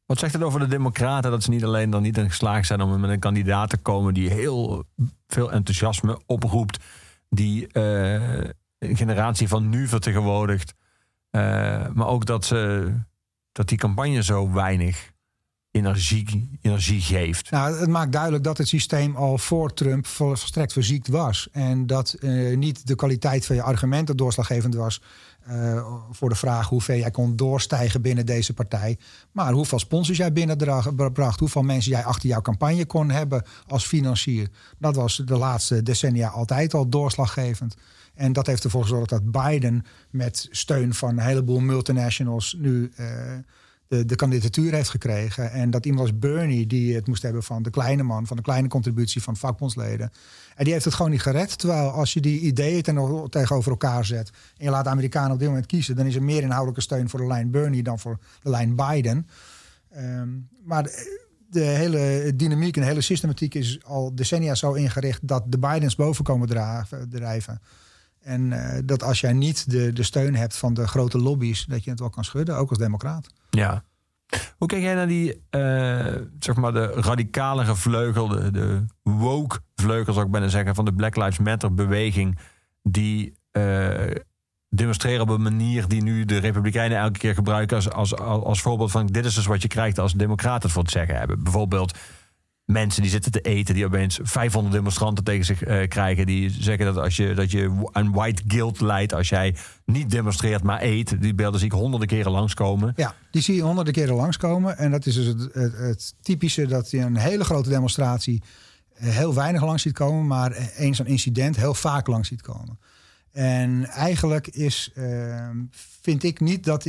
Wat zegt het over de Democraten dat ze niet alleen dan niet in geslaagd zijn om met een kandidaat te komen die heel veel enthousiasme oproept, die een generatie van nu vertegenwoordigt, maar ook dat die campagne zo weinig energie geeft. Nou, het maakt duidelijk dat het systeem al voor Trump volstrekt verziekt was. En dat niet de kwaliteit van je argumenten doorslaggevend was voor de vraag hoe ver jij kon doorstijgen binnen deze partij. Maar hoeveel sponsors jij binnenbracht, hoeveel mensen jij achter jouw campagne kon hebben als financier. Dat was de laatste decennia altijd al doorslaggevend. En dat heeft ervoor gezorgd dat Biden met steun van een heleboel multinationals nu de kandidatuur heeft gekregen. En dat iemand als Bernie, die het moest hebben van de kleine man, van de kleine contributie van vakbondsleden. En die heeft het gewoon niet gered. Terwijl als je die ideeën tegenover elkaar zet en je laat de Amerikanen op dit moment kiezen, dan is er meer inhoudelijke steun voor de lijn Bernie dan voor de lijn Biden. Maar de hele dynamiek en de hele systematiek is al decennia zo ingericht dat de Bidens boven komen drijven. En dat als jij niet de steun hebt van de grote lobby's, dat je het wel kan schudden, ook als democraat. Ja. Hoe kijk jij naar die, zeg maar de radicalere vleugel, de woke vleugel, zou ik bijna zeggen, van de Black Lives Matter beweging, die demonstreren op een manier die nu de Republikeinen elke keer gebruiken als voorbeeld van dit is dus wat je krijgt als democraten het voor het zeggen hebben. Bijvoorbeeld mensen die zitten te eten, die opeens 500 demonstranten tegen zich krijgen. Die zeggen dat je een white guilt leidt als jij niet demonstreert, maar eet. Die beelden zie ik honderden keren langskomen. Ja, die zie je honderden keren langskomen. En dat is dus het typische dat je een hele grote demonstratie heel weinig langs ziet komen, maar eens zo'n incident heel vaak langs ziet komen. En eigenlijk vind ik niet dat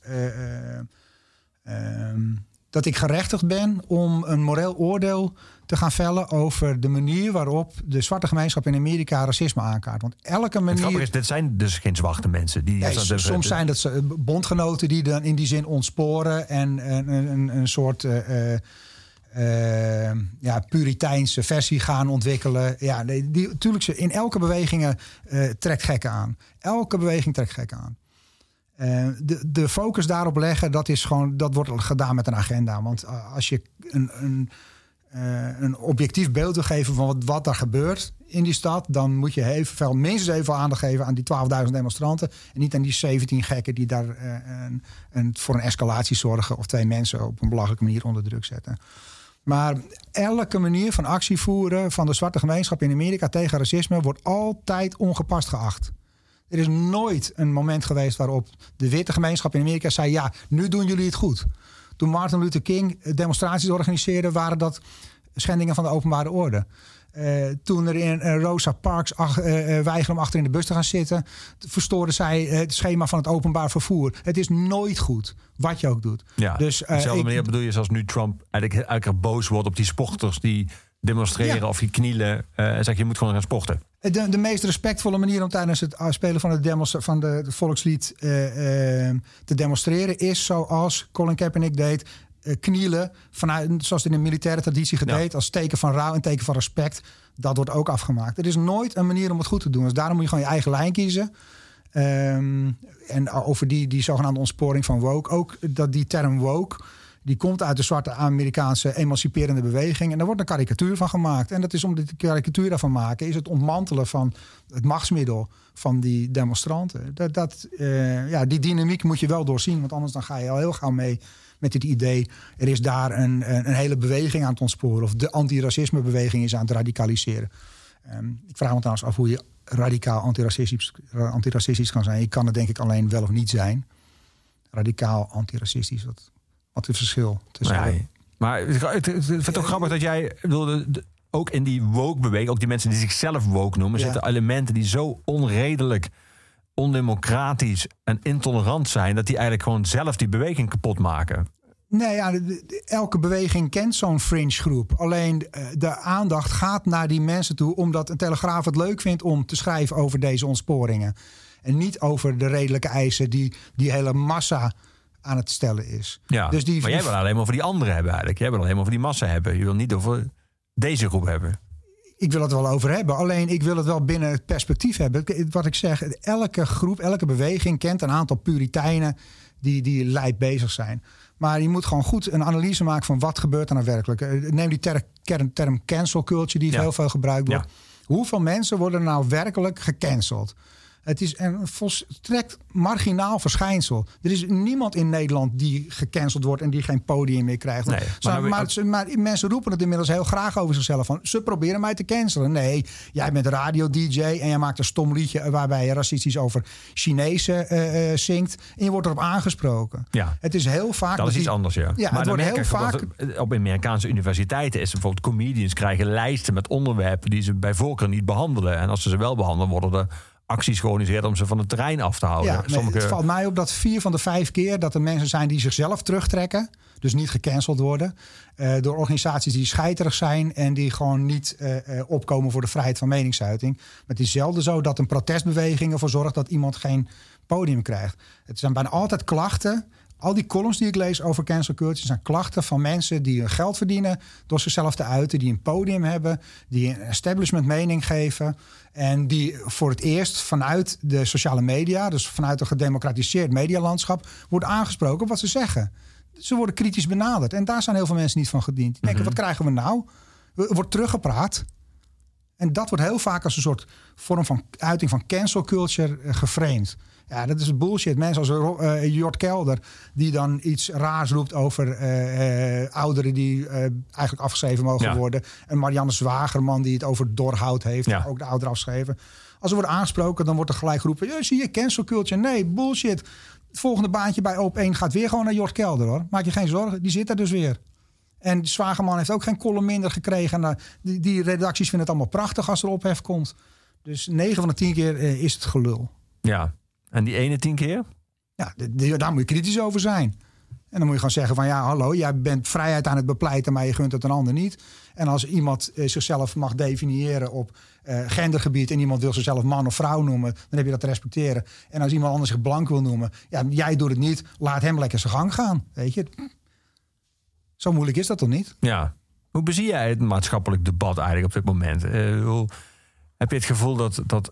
ik gerechtigd ben om een moreel oordeel te gaan vellen over de manier waarop de zwarte gemeenschap in Amerika racisme aankaart. Want elke manier. Het grappige is, dit zijn dus geen zwarte mensen. Soms zijn dat bondgenoten die dan in die zin ontsporen en een soort puriteinse versie gaan ontwikkelen. Ja, natuurlijk, in elke beweging trekt gekken aan. Elke beweging trekt gekken aan. De focus daarop leggen, dat wordt gedaan met een agenda. Want als je een objectief beeld wil geven van wat daar gebeurt in die stad, dan moet je minstens even aandacht geven aan die 12.000 demonstranten en niet aan die 17 gekken die daar voor een escalatie zorgen of 2 mensen op een belachelijke manier onder druk zetten. Maar elke manier van actie voeren van de zwarte gemeenschap in Amerika tegen racisme wordt altijd ongepast geacht. Er is nooit een moment geweest waarop de witte gemeenschap in Amerika zei, ja, nu doen jullie het goed. Toen Martin Luther King demonstraties organiseerde, waren dat schendingen van de openbare orde. Toen er in Rosa Parks weigerde om achter in de bus te gaan zitten, verstoorde zij het schema van het openbaar vervoer. Het is nooit goed, wat je ook doet. Ja, dus, dezelfde manier bedoel je zoals nu Trump eigenlijk elke keer boos wordt op die sporters die demonstreren of die knielen. En zegt, je moet gewoon gaan sporten. De meest respectvolle manier om tijdens het spelen van de volkslied te demonstreren is zoals Colin Kaepernick deed. Knielen, zoals het in de militaire traditie gedeed, als teken van rouw en teken van respect. Dat wordt ook afgemaakt. Er is nooit een manier om het goed te doen. Dus daarom moet je gewoon je eigen lijn kiezen. En over die zogenaamde ontsporing van woke. Ook dat die term woke, die komt uit de zwarte Amerikaanse emanciperende beweging. En daar wordt een karikatuur van gemaakt. En dat is om de karikatuur daarvan maken, is het ontmantelen van het machtsmiddel van die demonstranten. Die dynamiek moet je wel doorzien. Want anders dan ga je al heel gauw mee met dit idee. Er is daar een hele beweging aan het ontsporen. Of de antiracismebeweging is aan het radicaliseren. Ik vraag me trouwens af hoe je radicaal antiracistisch kan zijn. Je kan het denk ik alleen wel of niet zijn. Radicaal antiracistisch. Wat is het verschil tussen... Maar ik vind het ook grappig dat jij ook in die woke-beweging, ook die mensen die zichzelf woke noemen, zitten elementen die zo onredelijk, ondemocratisch en intolerant zijn, dat die eigenlijk gewoon zelf die beweging kapot maken. Nee, ja, elke beweging kent zo'n fringe groep. Alleen de aandacht gaat naar die mensen toe, omdat een Telegraaf het leuk vindt om te schrijven over deze ontsporingen. En niet over de redelijke eisen die hele massa aan het stellen is. Ja, dus maar jij wil alleen maar over die anderen hebben eigenlijk. Jij wil alleen maar over die massa hebben. Je wil niet over deze groep hebben. Ik wil het er wel over hebben. Alleen ik wil het wel binnen het perspectief hebben. Wat ik zeg, elke groep, elke beweging kent een aantal puriteinen die lijp bezig zijn. Maar je moet gewoon goed een analyse maken van wat gebeurt er nou werkelijk. Neem die term cancel culture die heel veel gebruikt wordt. Ja. Hoeveel mensen worden nou werkelijk gecanceld? Het is een volstrekt marginaal verschijnsel. Er is niemand in Nederland die gecanceld wordt en die geen podium meer krijgt. Nee, maar mensen roepen het inmiddels heel graag over zichzelf. Van, ze proberen mij te cancelen. Nee, jij bent radio-dj en jij maakt een stom liedje waarbij je racistisch over Chinezen zingt. En je wordt erop aangesproken. Ja. Het is heel vaak... Dat is iets anders, ja. Ja, maar het wordt heel vaak... Op Amerikaanse universiteiten is bijvoorbeeld comedians krijgen lijsten met onderwerpen die ze bij voorkeur niet behandelen. En als ze wel behandelen, worden er acties georganiseerd om ze van het terrein af te houden. Ja, het valt mij op dat 4 van de 5 keer dat er mensen zijn die zichzelf terugtrekken, dus niet gecanceld worden, door organisaties die scheiterig zijn en die gewoon niet opkomen voor de vrijheid van meningsuiting. Maar het is zelden zo dat een protestbeweging ervoor zorgt dat iemand geen podium krijgt. Het zijn bijna altijd klachten. Al die columns die ik lees over cancel culture zijn klachten van mensen die hun geld verdienen door zichzelf te uiten, die een podium hebben, die een establishment mening geven en die voor het eerst vanuit de sociale media, dus vanuit een gedemocratiseerd medialandschap, worden aangesproken op wat ze zeggen. Ze worden kritisch benaderd en daar zijn heel veel mensen niet van gediend. Die denken, wat krijgen we nou? Er wordt teruggepraat. En dat wordt heel vaak als een soort vorm van uiting van cancel culture geframed. Ja, dat is bullshit. Mensen als Jort Kelder, die dan iets raars roept over ouderen die eigenlijk afgeschreven mogen worden. En Marianne Zwagerman die het over doorhout heeft, ook de ouderen afschreven. Als er wordt aangesproken, dan wordt er gelijk geroepen, zie je, cancel culture? Nee, bullshit. Het volgende baantje bij Op1 gaat weer gewoon naar Jort Kelder, hoor. Maak je geen zorgen, die zit er dus weer. En Zwagerman heeft ook geen column minder gekregen. En, die redacties vinden het allemaal prachtig als er ophef komt. Dus 9 van de 10 keer is het gelul. Ja, en die ene 10 keer? Ja, daar moet je kritisch over zijn. En dan moet je gewoon zeggen van hallo, jij bent vrijheid aan het bepleiten, maar je gunt het een ander niet. En als iemand zichzelf mag definiëren op gendergebied en iemand wil zichzelf man of vrouw noemen, dan heb je dat te respecteren. En als iemand anders zich blank wil noemen, jij doet het niet, laat hem lekker zijn gang gaan. Weet je? Zo moeilijk is dat toch niet? Ja. Hoe bezie jij het maatschappelijk debat eigenlijk op dit moment? Heb je het gevoel dat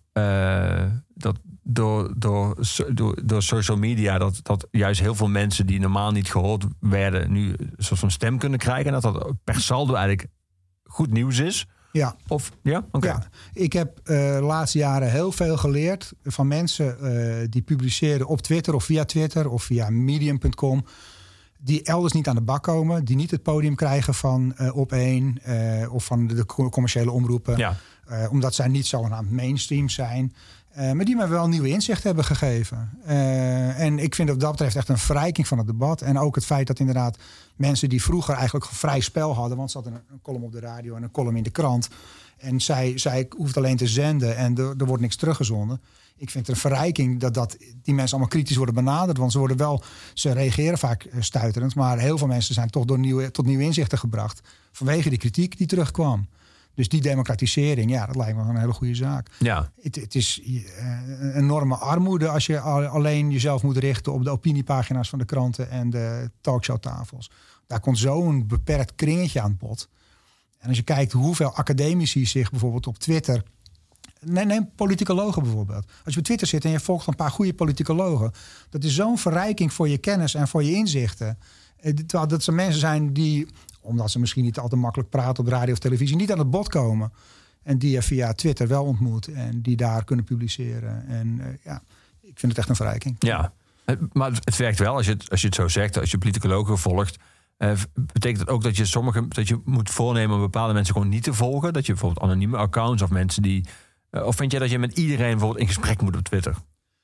door social media dat juist heel veel mensen die normaal niet gehoord werden nu een soort van stem kunnen krijgen en dat per saldo eigenlijk goed nieuws is? Ja. Of ja? Okay. Ja. Ik heb de laatste jaren heel veel geleerd van mensen die publiceren op Twitter of via medium.com. Die elders niet aan de bak komen, die niet het podium krijgen van Op1 of van de commerciële omroepen. Ja. Omdat zij niet zogenaamd mainstream zijn. Maar die me wel nieuwe inzicht hebben gegeven. En ik vind op dat betreft echt een verrijking van het debat. En ook het feit dat inderdaad mensen die vroeger eigenlijk vrij spel hadden, want ze hadden een column op de radio en een column in de krant. En zij hoeft alleen te zenden en er wordt niks teruggezonden. Ik vind het een verrijking dat die mensen allemaal kritisch worden benaderd. Want ze reageren vaak stuiterend. Maar heel veel mensen zijn toch tot nieuwe inzichten gebracht. Vanwege die kritiek die terugkwam. Dus die democratisering, dat lijkt me een hele goede zaak. Ja. Het is een enorme armoede als je alleen jezelf moet richten op de opiniepagina's van de kranten en de talkshowtafels. Daar komt zo'n beperkt kringetje aan bod. En als je kijkt hoeveel academici zich bijvoorbeeld op Twitter... Neem politicologen bijvoorbeeld. Als je op Twitter zit en je volgt een paar goede politicologen, dat is zo'n verrijking voor je kennis en voor je inzichten. Terwijl dat ze mensen zijn die, omdat ze misschien niet altijd makkelijk praten op de radio of televisie, niet aan het bod komen. En die je via Twitter wel ontmoet en die daar kunnen publiceren. En ik vind het echt een verrijking. Ja, maar het werkt wel als je het zo zegt, als je politicologen volgt. Betekent het ook dat je moet voornemen om bepaalde mensen gewoon niet te volgen? Dat je bijvoorbeeld anonieme accounts of mensen die... Of vind jij dat je met iedereen bijvoorbeeld in gesprek moet op Twitter?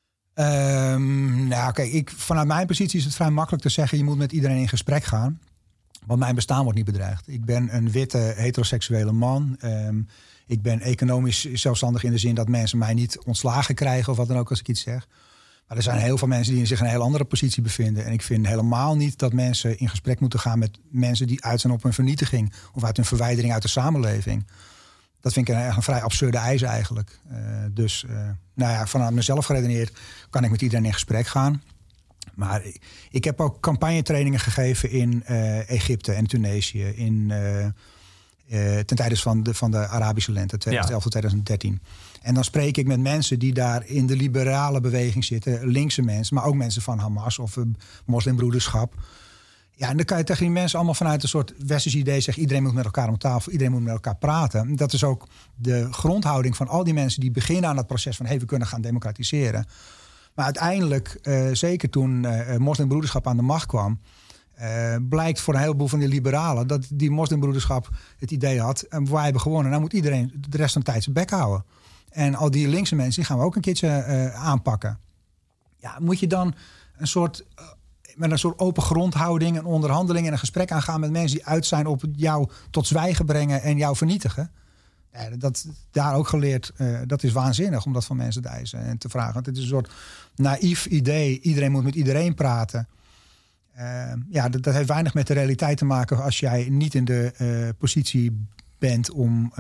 Kijk, vanuit mijn positie is het vrij makkelijk te zeggen, je moet met iedereen in gesprek gaan. Want mijn bestaan wordt niet bedreigd. Ik ben een witte heteroseksuele man. Ik ben economisch zelfstandig in de zin dat mensen mij niet ontslagen krijgen of wat dan ook als ik iets zeg. Maar er zijn heel veel mensen die zich in een heel andere positie bevinden. En ik vind helemaal niet dat mensen in gesprek moeten gaan met mensen die uit zijn op een vernietiging of uit een verwijdering uit de samenleving. Dat vind ik een vrij absurde eis eigenlijk. Vanuit mezelf geredeneerd kan ik met iedereen in gesprek gaan. Maar ik heb ook campagnetrainingen gegeven in Egypte en Tunesië, ten tijde van de Arabische lente, 2011 tot 2013. En dan spreek ik met mensen die daar in de liberale beweging zitten. Linkse mensen, maar ook mensen van Hamas of moslimbroederschap. Ja, en dan kan je tegen die mensen allemaal vanuit een soort westers idee zeggen... iedereen moet met elkaar om tafel, iedereen moet met elkaar praten. Dat is ook de grondhouding van al die mensen die beginnen aan dat proces van... we kunnen gaan democratiseren. Maar uiteindelijk, zeker toen moslimbroederschap aan de macht kwam... blijkt voor een heleboel van die liberalen... dat die moslimbroederschap het idee had... wij hebben gewonnen, nou moet iedereen de rest van de tijd zijn bek houden. En al die linkse mensen, die gaan we ook een keertje aanpakken. Ja, moet je dan met een soort open grondhouding... een onderhandeling en een gesprek aangaan met mensen... die uit zijn op jou tot zwijgen brengen en jou vernietigen? Ja, dat daar ook geleerd, dat is waanzinnig om dat van mensen te eisen en te vragen. Want het is een soort naïef idee. Iedereen moet met iedereen praten. Dat heeft weinig met de realiteit te maken... als jij niet in de positie bent om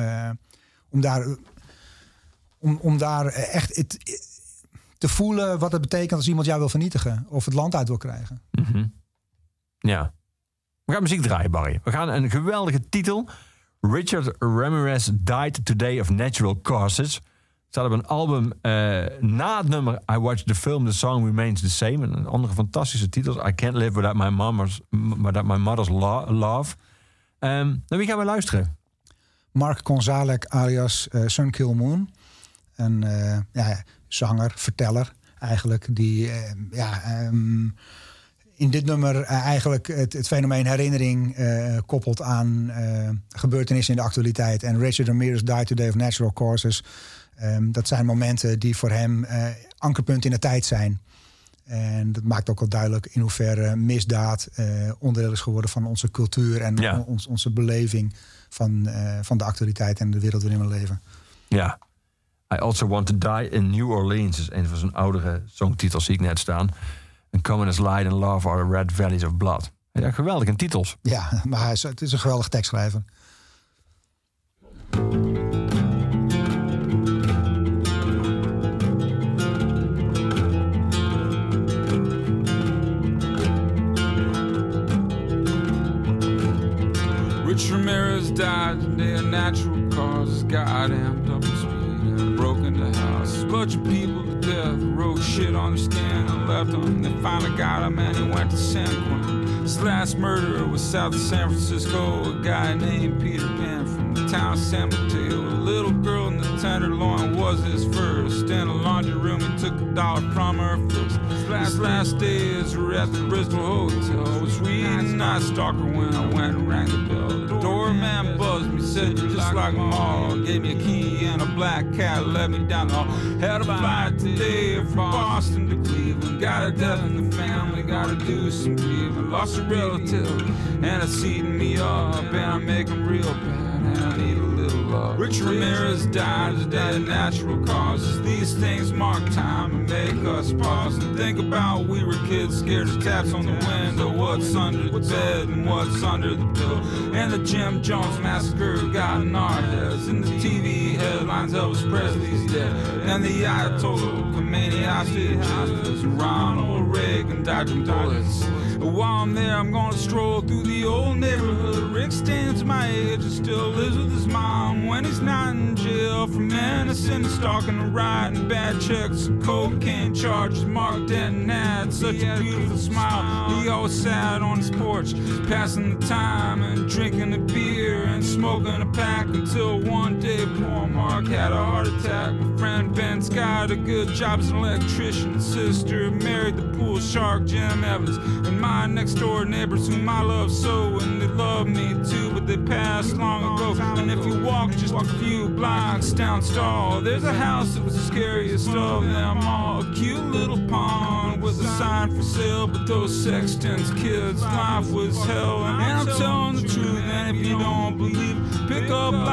daar echt te voelen wat het betekent... als iemand jou wil vernietigen of het land uit wil krijgen. Mm-hmm. Ja. We gaan muziek draaien, Barry. We gaan een geweldige titel. Richard Ramirez Died Today of Natural Causes. Staat op een album na het nummer I Watched the Film, The Song Remains the Same. En andere fantastische titels. I Can't Live Without My Mother's Love. Naar wie gaan we luisteren? Mark Gonzalez alias Sun Kill Moon. Een zanger, verteller eigenlijk. Die in dit nummer eigenlijk het fenomeen herinnering koppelt aan gebeurtenissen in de actualiteit. En Richard Ramirez Died Today of Natural Causes. Dat zijn momenten die voor hem ankerpunt in de tijd zijn. En dat maakt ook wel duidelijk in hoeverre misdaad onderdeel is geworden van onze cultuur en onze beleving van de actualiteit en de wereld waarin we leven. Ja. I Also Want to Die in New Orleans is een van zijn oudere songtitels, zie ik net staan. And Common as Light and Love are the Red Valleys of Blood. Ja, geweldig in titels. Ja, maar het is een geweldige tekstschrijver. Rich Ramirez died today of natural causes. Goddamn double speed and broke into house. Bunch of people to death, wrote shit on their skin and left them. They finally got him and he went to San Quentin. His last murder was south of San Francisco. A guy named Peter Pan from the town of San Mateo. A little girl in the tenderloin was his first. In a laundry room he took $1 from her fist. His last days were at the Bristol Hotel. I was reading I stalked her when I went and rang the bell. The doorman buzzed me, said you're just like them all. Gave me a key and a black cat, led me down the hall. Had a flight today from Boston to Cleveland. Got a death in the family, gotta do some grieving. Lost a relative and it's eating me up. And I'm making real bad and I need a little love. Rich Ramirez died today of natural causes. These things mark time and make us pause and think about we were kids scared of taps on the window. What's under the bed and what's under the pillow. And the Jim Jones massacre got in our heads. In the TV headlines, Elvis Presley's dead. And the Ayatollah Khomeini hostages. Ronald Reagan dodging bullets. While I'm there, I'm gonna stroll through the old neighborhood. Rick stands my age and still lives with his mom when he's not in jail for menacing, stalking, and writing bad checks, cocaine charges. Mark Denton had such a beautiful smile. He always sat on his porch, passing the time and drinking a beer and smoking a pack until one day poor Mark had a heart attack. My friend Ben Scott, a good job as an electrician. Sister married the pool shark Jim Evans. And my next door neighbors whom I love so, and they love me too, but they passed long ago. And if you walk just a few blocks down Stall, there's a house that was the scariest of them all. A cute little pond with a sign for sale, but those Sexton's kids' life was hell. And I'm telling the truth, and if you don't believe, pick up loud.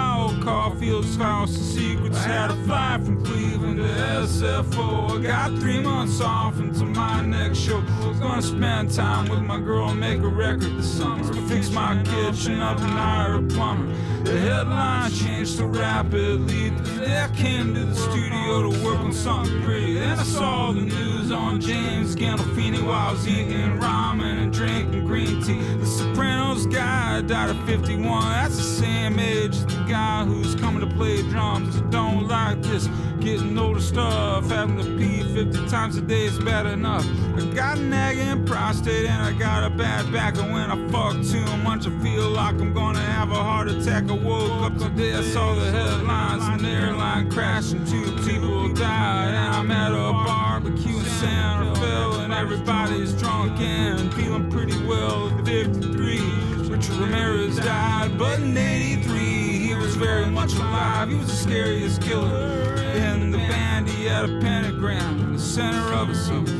Caulfield's House of Secrets. Had a flight from Cleveland to SFO. I got 3 months off until my next show. Was gonna spend time with my girl and make a record this summer. Fix my kitchen up and hire a plumber. The headline changed so rapidly that I came to the studio to work on something pretty. Then I saw the news on James Gandolfini while I was eating ramen and drinking green tea. The Sopranos guy died at 51. That's the same age as the guy who's coming to play drums. I don't like this getting older stuff. Having to pee 50 times a day is bad enough. I got a nagging prostate and I got a bad back. And when I fuck too much, I feel like I'm gonna have a heart attack. I woke up today, I saw the headlines. An airline crash and 2 people died. And I'm at a barbecue in Santa Fe and everybody's drunk and feeling pretty well. At 53, Richard Ramirez died, but in 83 he was very much alive. He was the scariest killer in the band. He had a pentagram in the center of his soul.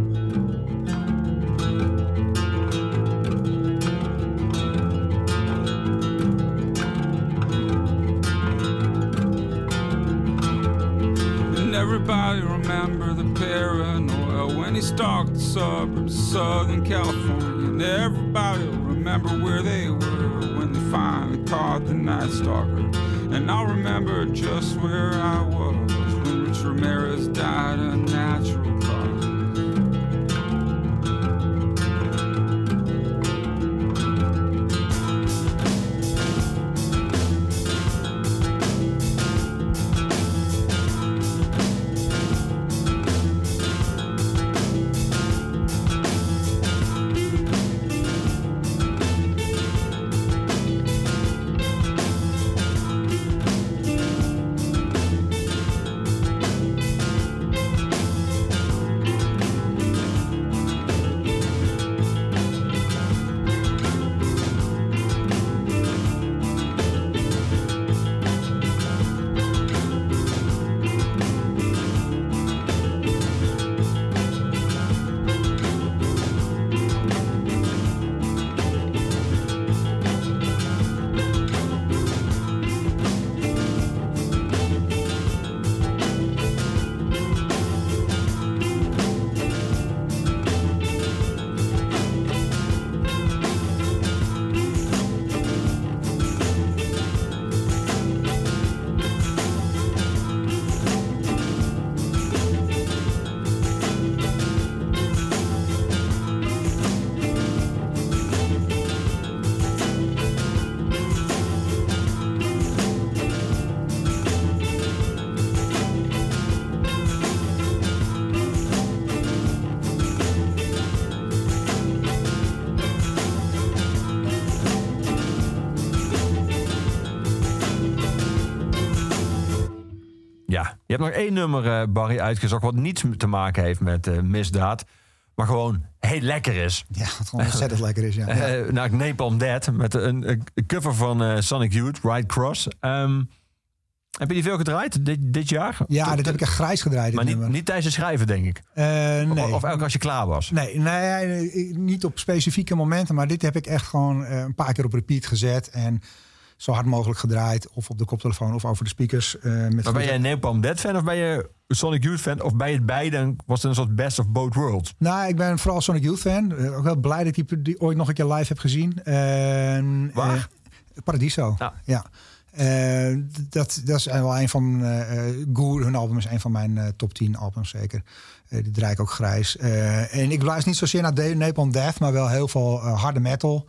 Everybody remember the paranoia when he stalked the suburbs of Southern California. And everybody will remember where they were when they finally caught the Night Stalker. And I'll remember just where I was when Rich Ramirez died a natural cause. Je hebt nog 1 nummer, Barry, uitgezocht wat niets te maken heeft met misdaad. Maar gewoon heel lekker is. Ja, wat gewoon ontzettend lekker is, ja. Nou, Napalm Death met een cover van Sonic Youth, Right Cross. Heb je die veel gedraaid dit jaar? Ja, dit heb ik echt grijs gedraaid. Maar niet tijdens het schrijven, denk ik. Nee. Of elke als je klaar was? Nee, niet op specifieke momenten. Maar dit heb ik echt gewoon een paar keer op repeat gezet. En zo hard mogelijk gedraaid. Of op de koptelefoon of over de speakers. Maar ben jij een Napalm Death fan of ben je Sonic Youth fan? Of ben je het beide en was het een soort best of both worlds? Nou, ik ben vooral Sonic Youth fan. Ook wel blij dat ik die ooit nog een keer live heb gezien. Waar? Paradiso, ja. Dat is wel een van Goor, hun album is een van mijn top 10 albums zeker. Die draai ik ook grijs. En ik luister niet zozeer naar Napalm Death, maar wel heel veel harde metal.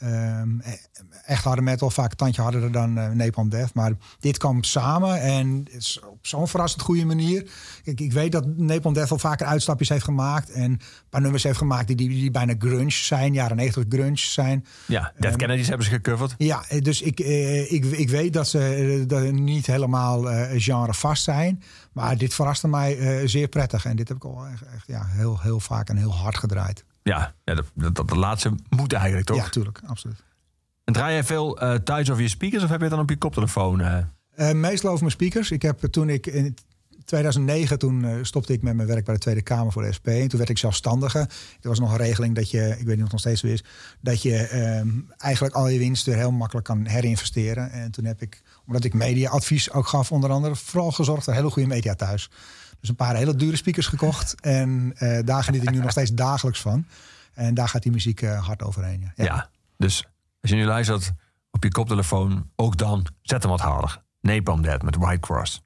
Echt harde metal, vaak een tandje harder dan Napalm Death. Maar dit kwam samen en is op zo'n verrassend goede manier. Ik weet dat Napalm Death al vaker uitstapjes heeft gemaakt. En een paar nummers heeft gemaakt die bijna grunge zijn. Jaren 90 grunge zijn. Ja, Dead Kennedys hebben ze gecoverd. Ja, dus ik weet dat ze niet helemaal genre vast zijn. Maar dit verraste mij zeer prettig. En dit heb ik al echt heel vaak en heel hard gedraaid. Ja, dat laatste moet eigenlijk, toch? Ja, tuurlijk, absoluut. En draai jij veel thuis over je speakers of heb je het dan op je koptelefoon? Meestal over mijn speakers. Ik heb toen ik 2009 toen stopte ik met mijn werk bij de Tweede Kamer voor de SP. En toen werd ik zelfstandige. Er was nog een regeling dat je, ik weet niet of het nog steeds zo is, dat je eigenlijk al je winst weer heel makkelijk kan herinvesteren. En toen heb ik, omdat ik mediaadvies ook gaf onder andere, vooral gezorgd voor hele goede media thuis. Dus een paar hele dure speakers gekocht. En daar geniet ik nu nog steeds dagelijks van. En daar gaat die muziek hard overheen. Ja, dus als je nu luistert op je koptelefoon, ook dan zet hem wat harder. Napalm Death met White Cross.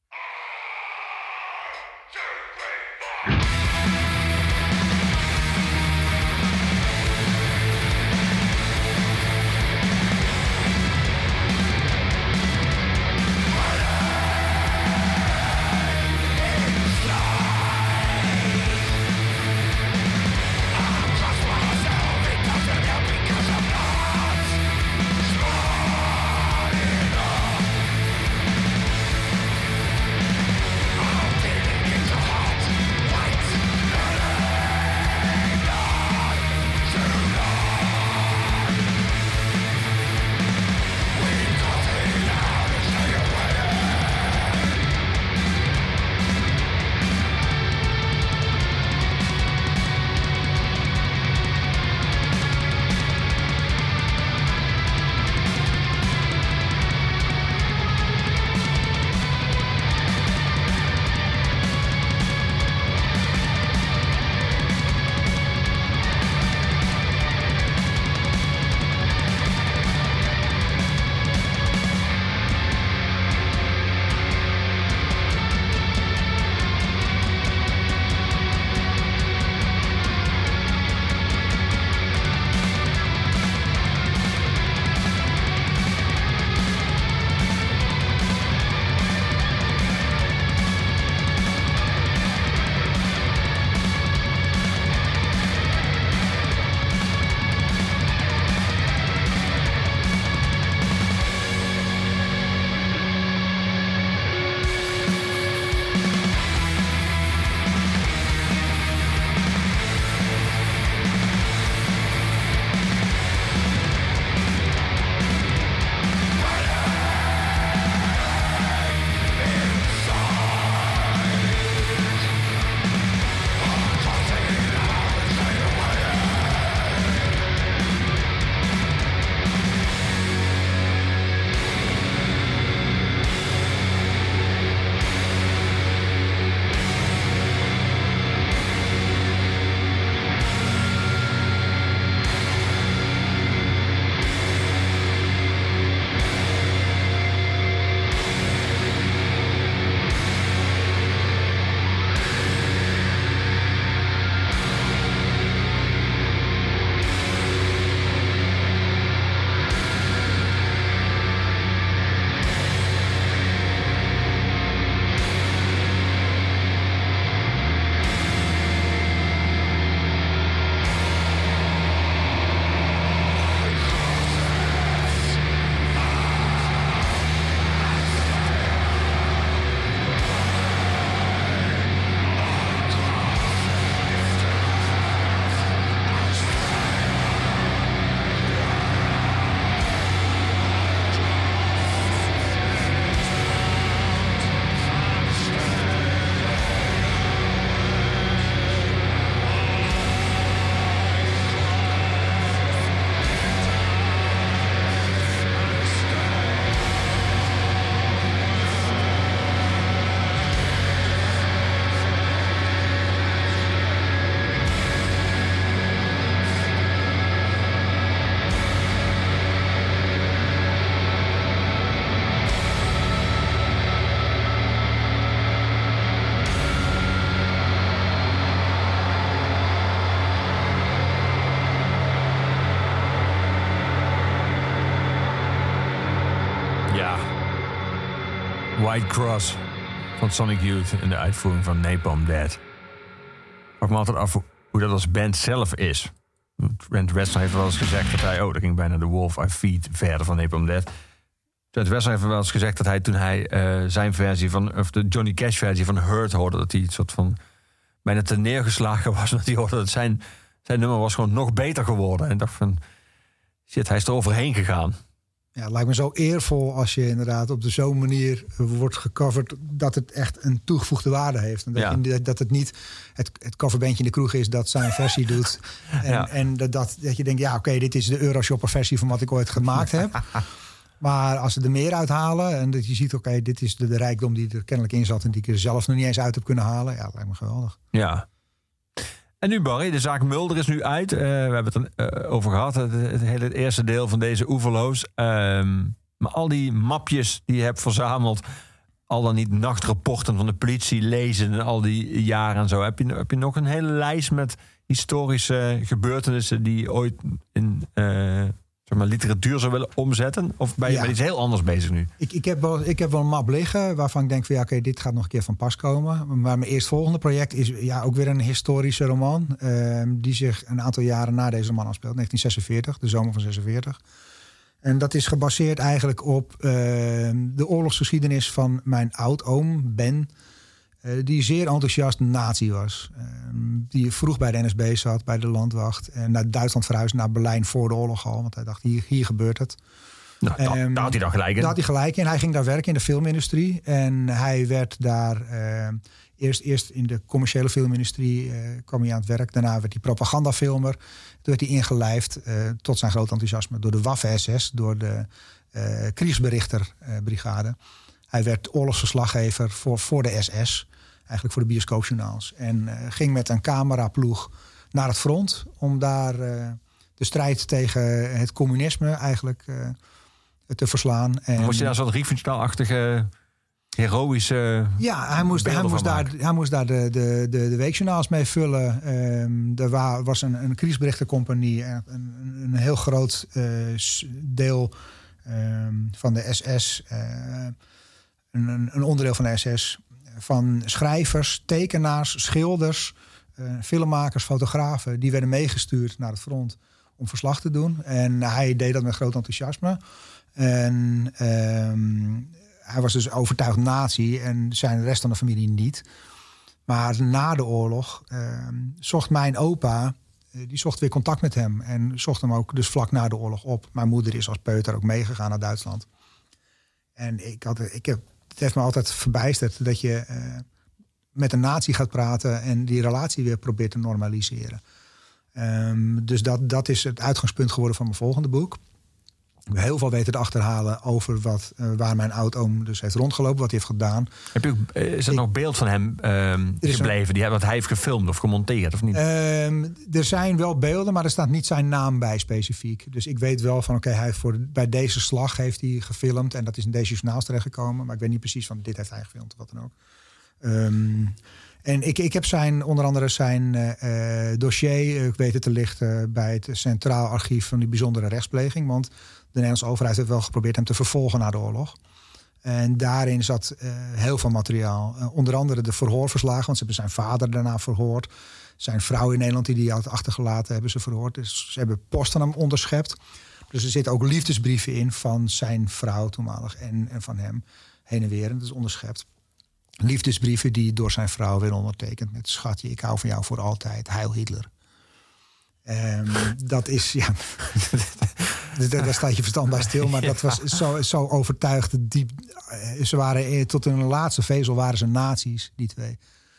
White Cross van Sonic Youth in de uitvoering van Napalm Death. Ik vraag me altijd af hoe dat als band zelf is. Trent Reznor heeft wel eens gezegd dat hij... dat ging bijna de Wolf I Feed verder van Napalm Death. Trent Reznor heeft wel eens gezegd dat hij toen hij zijn versie van... of de Johnny Cash versie van Hurt hoorde... dat hij een soort van bijna te neergeslagen was. Want hij hoorde dat zijn nummer was gewoon nog beter geworden. En dacht van... shit, hij is er overheen gegaan. Ja, het lijkt me zo eervol als je inderdaad op zo'n manier wordt gecoverd dat het echt een toegevoegde waarde heeft. En dat het niet het coverbandje in de kroeg is dat zijn versie doet. En dat je denkt, ja oké, dit is de Euroshopper versie van wat ik ooit gemaakt heb. Maar als ze er meer uithalen en dat je ziet, oké, dit is de rijkdom die er kennelijk in zat en die ik er zelf nog niet eens uit heb kunnen halen. Ja, dat lijkt me geweldig. Ja. En nu Barry, de zaak Mulder is nu uit. We hebben het over gehad, het eerste deel van deze Oeverloos. Maar al die mapjes die je hebt verzameld, al dan niet nachtrapporten van de politie lezen en al die jaren en zo. Heb je nog een hele lijst met historische gebeurtenissen die ooit in literatuur zou willen omzetten? Of ben je met iets heel anders bezig nu? Ik heb wel een map liggen waarvan ik denk van oké, dit gaat nog een keer van pas komen. Maar mijn eerstvolgende project is ook weer een historische roman. Die zich een aantal jaren na deze roman afspeelt. 1946, de zomer van 46. En dat is gebaseerd eigenlijk op de oorlogsgeschiedenis van mijn oudoom Ben. Die zeer enthousiast nazi was. Die vroeg bij de NSB zat, bij de landwacht. En naar Duitsland verhuisde, naar Berlijn voor de oorlog al. Want hij dacht, hier gebeurt het. Nou, daar had hij dan gelijk in. Daar had hij gelijk in. Hij ging daar werken in de filmindustrie. En hij werd daar eerst in de commerciële filmindustrie kwam hij aan het werk. Daarna werd hij propagandafilmer. Toen werd hij ingelijfd, tot zijn groot enthousiasme, door de Waffen-SS, door de Kriegsberichterbrigade. Hij werd oorlogsverslaggever voor de SS, eigenlijk voor de bioscoopjournaals. En ging met een cameraploeg naar het front om daar de strijd tegen het communisme eigenlijk te verslaan. En moest je daar zo'n Riefenstahl-achtige heroïsche... Ja, hij moest daar de weekjournaals mee vullen. Er was een Kriegsberichtencompagnie, een heel groot deel van de SS... Een onderdeel van de SS, van schrijvers, tekenaars, schilders, filmmakers, fotografen. Die werden meegestuurd naar het front om verslag te doen. En hij deed dat met groot enthousiasme. En hij was dus overtuigd nazi en zijn rest van de familie niet. Maar na de oorlog zocht mijn opa, die zocht weer contact met hem. En zocht hem ook dus vlak na de oorlog op. Mijn moeder is als peuter ook meegegaan naar Duitsland. En het heeft me altijd verbijsterd dat je met een nazi gaat praten en die relatie weer probeert te normaliseren. Dus dat is het uitgangspunt geworden van mijn volgende boek. We heel veel weten te achterhalen over waar mijn oudoom dus heeft rondgelopen, wat hij heeft gedaan. Is er nog beeld van hem gebleven, wat hij heeft gefilmd of gemonteerd of niet? Er zijn wel beelden, maar er staat niet zijn naam bij specifiek. Dus ik weet wel van hij heeft bij deze slag heeft hij gefilmd en dat is in deze journaals terechtgekomen. Maar ik weet niet precies van dit heeft hij gefilmd of wat dan ook. En ik heb onder andere zijn dossier weten te lichten bij het Centraal Archief van de Bijzondere Rechtspleging. Want de Nederlandse overheid heeft wel geprobeerd hem te vervolgen na de oorlog. En daarin zat heel veel materiaal. Onder andere de verhoorverslagen, want ze hebben zijn vader daarna verhoord. Zijn vrouw in Nederland die hij had achtergelaten hebben ze verhoord. Dus ze hebben post van hem onderschept. Dus er zitten ook liefdesbrieven in van zijn vrouw toenmalig en van hem heen en weer. En dat is onderschept. Liefdesbrieven die door zijn vrouw werden ondertekend met schatje, ik hou van jou voor altijd, Heil Hitler. Dat is, daar staat je verstand bij stil, maar dat was zo overtuigd. Ze waren tot hun laatste vezel waren ze nazi's, die twee.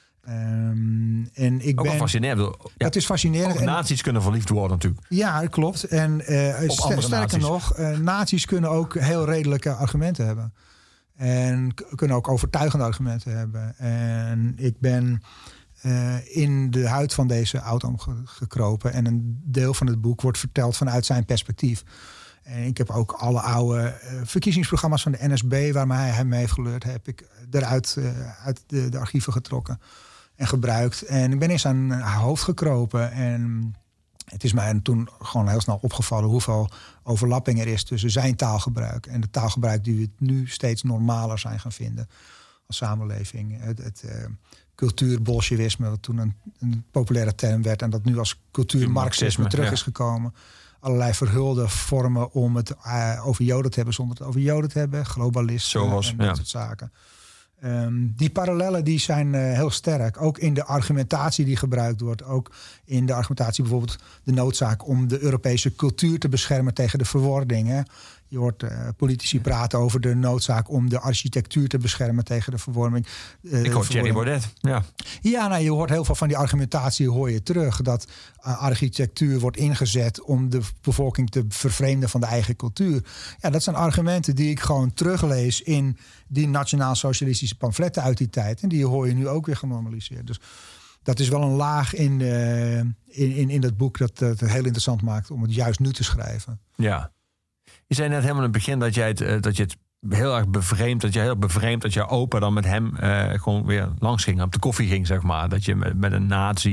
En ik ook ben, wel fascinerend. Dat is fascinerend. Ook nazi's kunnen verliefd worden natuurlijk. Ja, dat klopt. En sterker nog, nazi's kunnen ook heel redelijke argumenten hebben. En kunnen ook overtuigende argumenten hebben. En ik ben in de huid van deze oudoom gekropen. En een deel van het boek wordt verteld vanuit zijn perspectief. En ik heb ook alle oude verkiezingsprogramma's van de NSB... waarmee hij hem heeft geleerd, heb ik eruit uit de archieven getrokken en gebruikt. En ik ben in zijn hoofd gekropen. En het is mij toen gewoon heel snel opgevallen hoeveel overlapping er is tussen zijn taalgebruik en de taalgebruik die we nu steeds normaler zijn gaan vinden als samenleving. Het cultuurbolsjewisme, wat toen een populaire term werd en dat nu als cultuurmarxisme terug is gekomen. Allerlei verhulde vormen om het over Joden te hebben zonder het over Joden te hebben. Globalisten en dat soort zaken. Die parallellen die zijn heel sterk. Ook in de argumentatie die gebruikt wordt. Ook in de argumentatie bijvoorbeeld de noodzaak om de Europese cultuur te beschermen tegen de verwording. Hè. Je hoort politici praten over de noodzaak om de architectuur te beschermen tegen de verwarming. Ik hoor Thierry Baudet. Ja, nou, je hoort heel veel van die argumentatie hoor je terug. Dat architectuur wordt ingezet om de bevolking te vervreemden van de eigen cultuur. Ja, dat zijn argumenten die ik gewoon teruglees in die nationaal-socialistische pamfletten uit die tijd. En die hoor je nu ook weer genormaliseerd. Dus dat is wel een laag in dat boek dat het heel interessant maakt om het juist nu te schrijven. Ja. Je zei net helemaal in het begin dat je het heel erg bevreemd, dat je opa dan met hem gewoon weer langs ging, op de koffie ging, zeg maar. Dat je met een nazi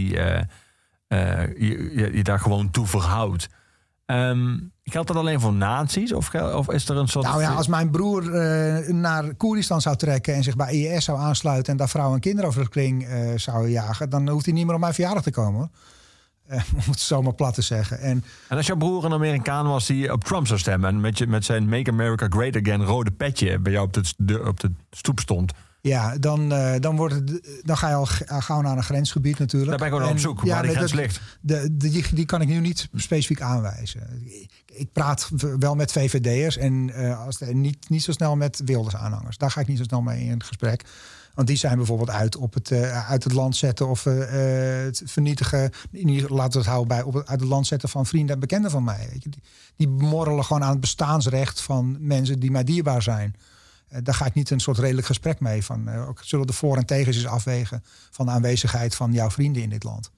je daar gewoon toe verhoudt. Geldt dat alleen voor nazi's? Of is er een soort... Nou ja, als mijn broer naar Koerdistan zou trekken en zich bij IS zou aansluiten en daar vrouwen en kinderen over de kling zou jagen, dan hoeft hij niet meer op mijn verjaardag te komen, hoor. Om het zo maar plat te zeggen. En als jouw broer een Amerikaan was die op Trump zou stemmen en met zijn Make America Great Again rode petje bij jou op de stoep stond. Ja, dan ga je al gauw naar een grensgebied natuurlijk. Daar ben ik gewoon op zoek, waar die grens ligt. Die kan ik nu niet specifiek aanwijzen. Ik praat wel met VVD'ers en niet zo snel met Wilders-aanhangers. Daar ga ik niet zo snel mee in gesprek. Want die zijn bijvoorbeeld uit het land zetten of het vernietigen. Laten we het houden bij uit het land zetten van vrienden en bekenden van mij. Weet je. Die morrelen gewoon aan het bestaansrecht van mensen die mij dierbaar zijn. Daar ga ik niet een soort redelijk gesprek mee. Zullen de voor- en tegens eens afwegen van de aanwezigheid van jouw vrienden in dit land.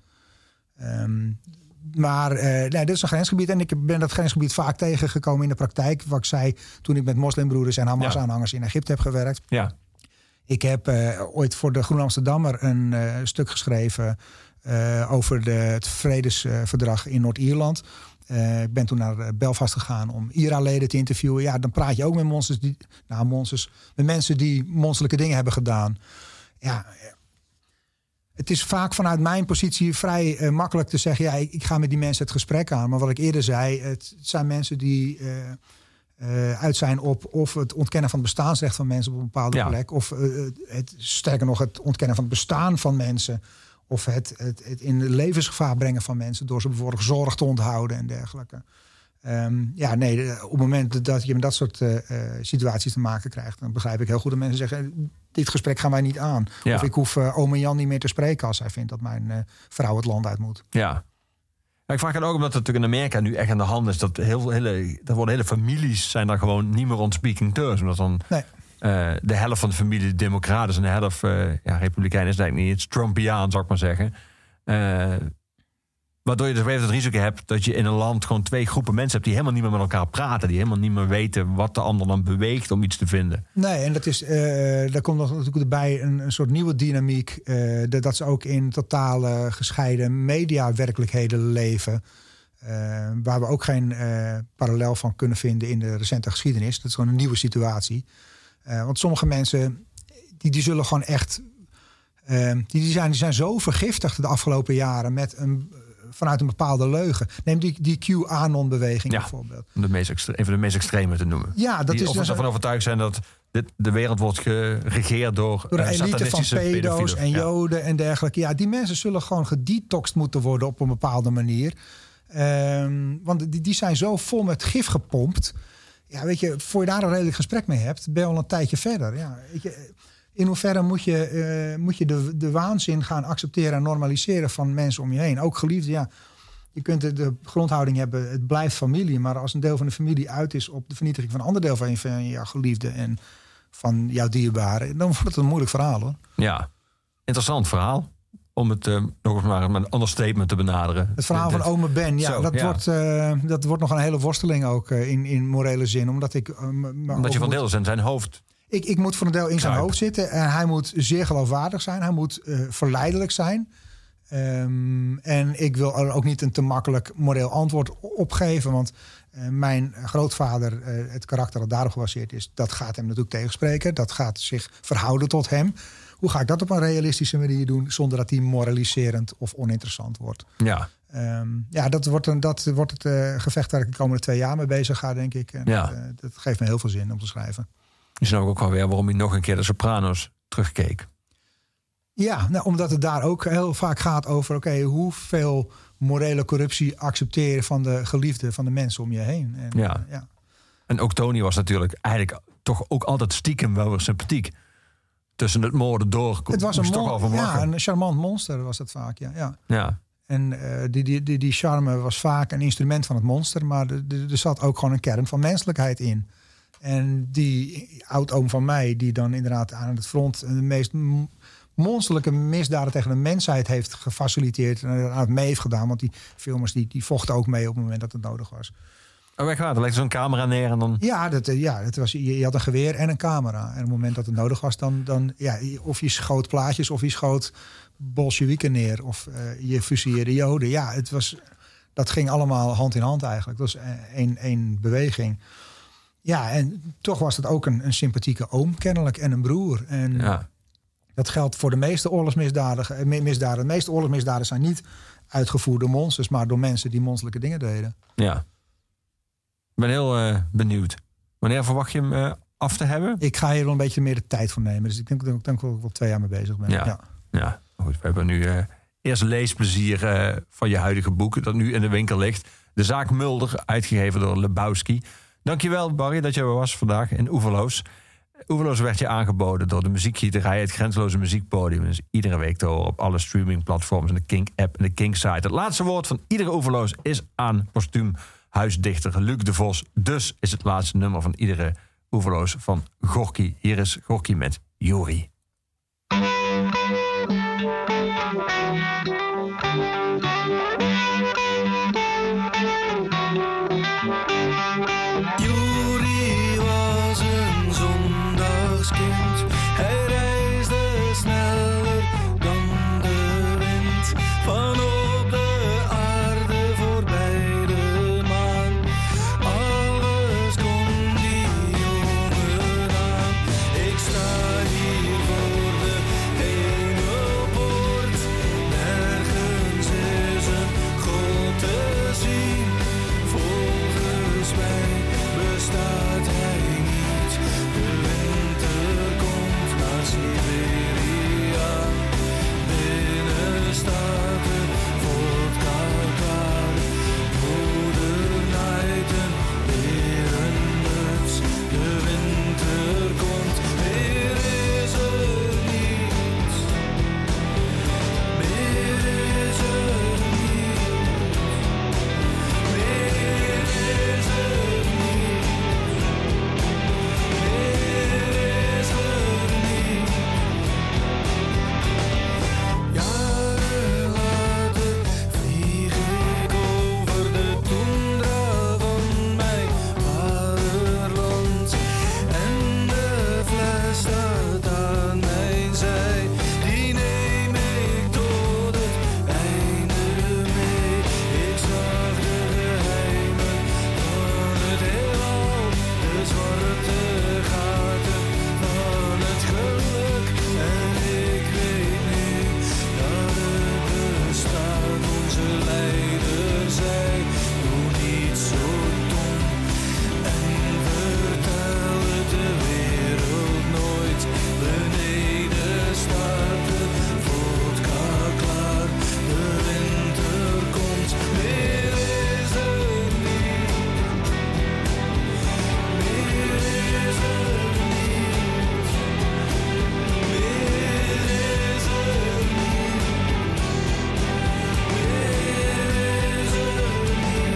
Dit is een grensgebied en ik ben dat grensgebied vaak tegengekomen in de praktijk. Wat ik zei toen ik met moslimbroeders en Hamas-aanhangers in Egypte heb gewerkt. Ja. Ik heb ooit voor de Groen Amsterdammer een stuk geschreven over het vredesverdrag in Noord-Ierland. Ik ben toen naar Belfast gegaan om IRA-leden te interviewen. Ja, dan praat je ook met met mensen die monsterlijke dingen hebben gedaan. Ja, het is vaak vanuit mijn positie vrij makkelijk te zeggen, ja, ik ga met die mensen het gesprek aan. Maar wat ik eerder zei, het zijn mensen die uit zijn op of het ontkennen van het bestaansrecht van mensen op een bepaalde plek, of sterker nog het ontkennen van het bestaan van mensen, of het in levensgevaar brengen van mensen door ze bijvoorbeeld zorg te onthouden en dergelijke. Op het moment dat je met dat soort situaties te maken krijgt, dan begrijp ik heel goed dat mensen zeggen, dit gesprek gaan wij niet aan. Ja. Of ik hoef oom en Jan niet meer te spreken als hij vindt dat mijn vrouw het land uit moet. Ja. Ik vraag het ook omdat het natuurlijk in Amerika nu echt aan de hand is. Dat hele families zijn daar gewoon niet meer on speaking terms. Omdat dan de helft van de familie democraten is en de helft republikein is eigenlijk niet. Het is Trumpiaan, zou ik maar zeggen. Waardoor je dus weer het risico hebt dat je in een land gewoon twee groepen mensen hebt die helemaal niet meer met elkaar praten. Die helemaal niet meer weten wat de ander dan beweegt om iets te vinden. Nee, en dat is, daar komt nog natuurlijk erbij een soort nieuwe dynamiek. Dat ze ook in totale gescheiden mediawerkelijkheden leven. Waar we ook geen parallel van kunnen vinden in de recente geschiedenis. Dat is gewoon een nieuwe situatie. Want sommige mensen die zullen gewoon echt die zijn zo vergiftigd de afgelopen jaren vanuit een bepaalde leugen. Neem die QAnon-beweging bijvoorbeeld. Een van de meest extreme te noemen. Ja, dat die ervan overtuigd zijn dat de wereld wordt geregeerd door een elite van pedo's en joden en dergelijke. Ja, die mensen zullen gewoon gedetoxed moeten worden op een bepaalde manier. Want die zijn zo vol met gif gepompt. Ja, weet je, voor je daar een redelijk gesprek mee hebt, ben je al een tijdje verder. Ja, weet je, in hoeverre moet je de waanzin gaan accepteren en normaliseren van mensen om je heen? Ook geliefden, ja. Je kunt de grondhouding hebben, het blijft familie. Maar als een deel van de familie uit is op de vernietiging van een ander deel van jouw geliefde en van jouw dierbaren, dan wordt het een moeilijk verhaal, hoor. Ja, interessant verhaal. Om het nog eens maar met een ander statement te benaderen. Het verhaal van ome Ben, dat wordt nog een hele worsteling ook in morele zin. Omdat je van deel zijn hoofd. Ik moet voor een deel in zijn hoofd zitten. En hij moet zeer geloofwaardig zijn. Hij moet verleidelijk zijn. En ik wil er ook niet een te makkelijk moreel antwoord op geven. Want mijn grootvader, het karakter dat daarop gebaseerd is, dat gaat hem natuurlijk tegenspreken. Dat gaat zich verhouden tot hem. Hoe ga ik dat op een realistische manier doen zonder dat hij moraliserend of oninteressant wordt? Ja. Dat wordt het gevecht waar ik de komende 2 jaar mee bezig ga, denk ik. En dat geeft me heel veel zin om te schrijven. Je snap ook wel weer waarom je nog een keer de Sopranos terugkeek. Ja, omdat het daar ook heel vaak gaat over hoeveel morele corruptie accepteren van de geliefden, van de mensen om je heen. En En ook Tony was natuurlijk eigenlijk toch ook altijd stiekem wel weer sympathiek. Tussen het moorden door. Het was een charmant monster was het vaak, ja. En die charme was vaak een instrument van het monster, maar er zat ook gewoon een kern van menselijkheid in. En die oud-oom van mij, die dan inderdaad aan het front de meest monsterlijke misdaden tegen de mensheid heeft gefaciliteerd en aan het mee heeft gedaan, want die filmers die vochten ook mee op het moment dat het nodig was. Oh, echt waar? Dan legde zo'n camera neer en dan... Ja, dat was, je had een geweer en een camera. En op het moment dat het nodig was, dan of je schoot plaatjes of je schoot Bolsjewieken neer of je fusilleerde Joden. Ja, dat ging allemaal hand in hand eigenlijk. Dat was één beweging. Ja, en toch was het ook een sympathieke oom kennelijk en een broer. En dat geldt voor de meeste oorlogsmisdaden. De meeste oorlogsmisdaden zijn niet uitgevoerd door monsters, maar door mensen die monsterlijke dingen deden. Ja. Ik ben heel benieuwd. Wanneer verwacht je hem af te hebben? Ik ga hier wel een beetje meer de tijd voor nemen. Dus ik denk dat ik wel 2 jaar mee bezig ben. Ja. Goed, we hebben nu eerst leesplezier van je huidige boek, dat nu in de winkel ligt. De zaak Mulder, uitgegeven door Lebowski. Dankjewel, Barry, dat je er was vandaag in Oeverloos. Oeverloos werd je aangeboden door de muziekgieterij, het Grenzeloze Muziekpodium. Dus iedere week te horen op alle streamingplatforms en de Kink-app en de Kink-site. Het laatste woord van iedere Oeverloos is aan postuum huisdichter Luc de Vos. Dus is het laatste nummer van iedere Oeverloos van Gorky. Hier is Gorky met Jori. Jori was een zondagskind. Hij reisde sneller dan de wind. Van op de aarde voorbij de maan. Alles kon die jongen aan. Ik sta hier voor de hemelpoort. Nergens is een God te zien. Volgens mij bestaat hij niet. De winter komt naar Siberia. Binnen staat de vodka klaar. Moeder naait een berenmuts. De winter komt, meer is er niet. Meer is er niet. Meer is er niet. Meer is er niet. Jaren later vlieg ik over de toendra van mijn vaderland. En de fles staat aan mijn zij. Die neem ik tot het einde mee. Ik zag de geheimen van het heelal. De zwarte gaten van het geluk. En ik weet nu dat het bestaat. Onze leider zei, doe niet zo dom. En vertel het de wereld nooit. Beneden staat de vodka klaar. De winter komt, meer is er niet. Meer is er niet. Meer is er niet. Meer is er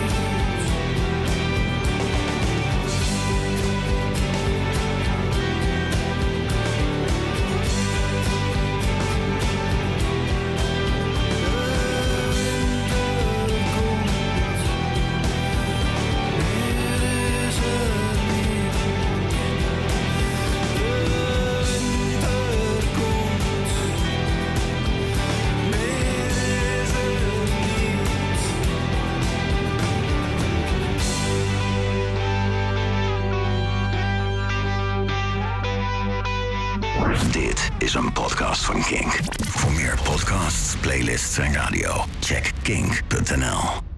Dit is een podcast van Kink. Voor meer podcasts, playlists en radio, check kink.nl.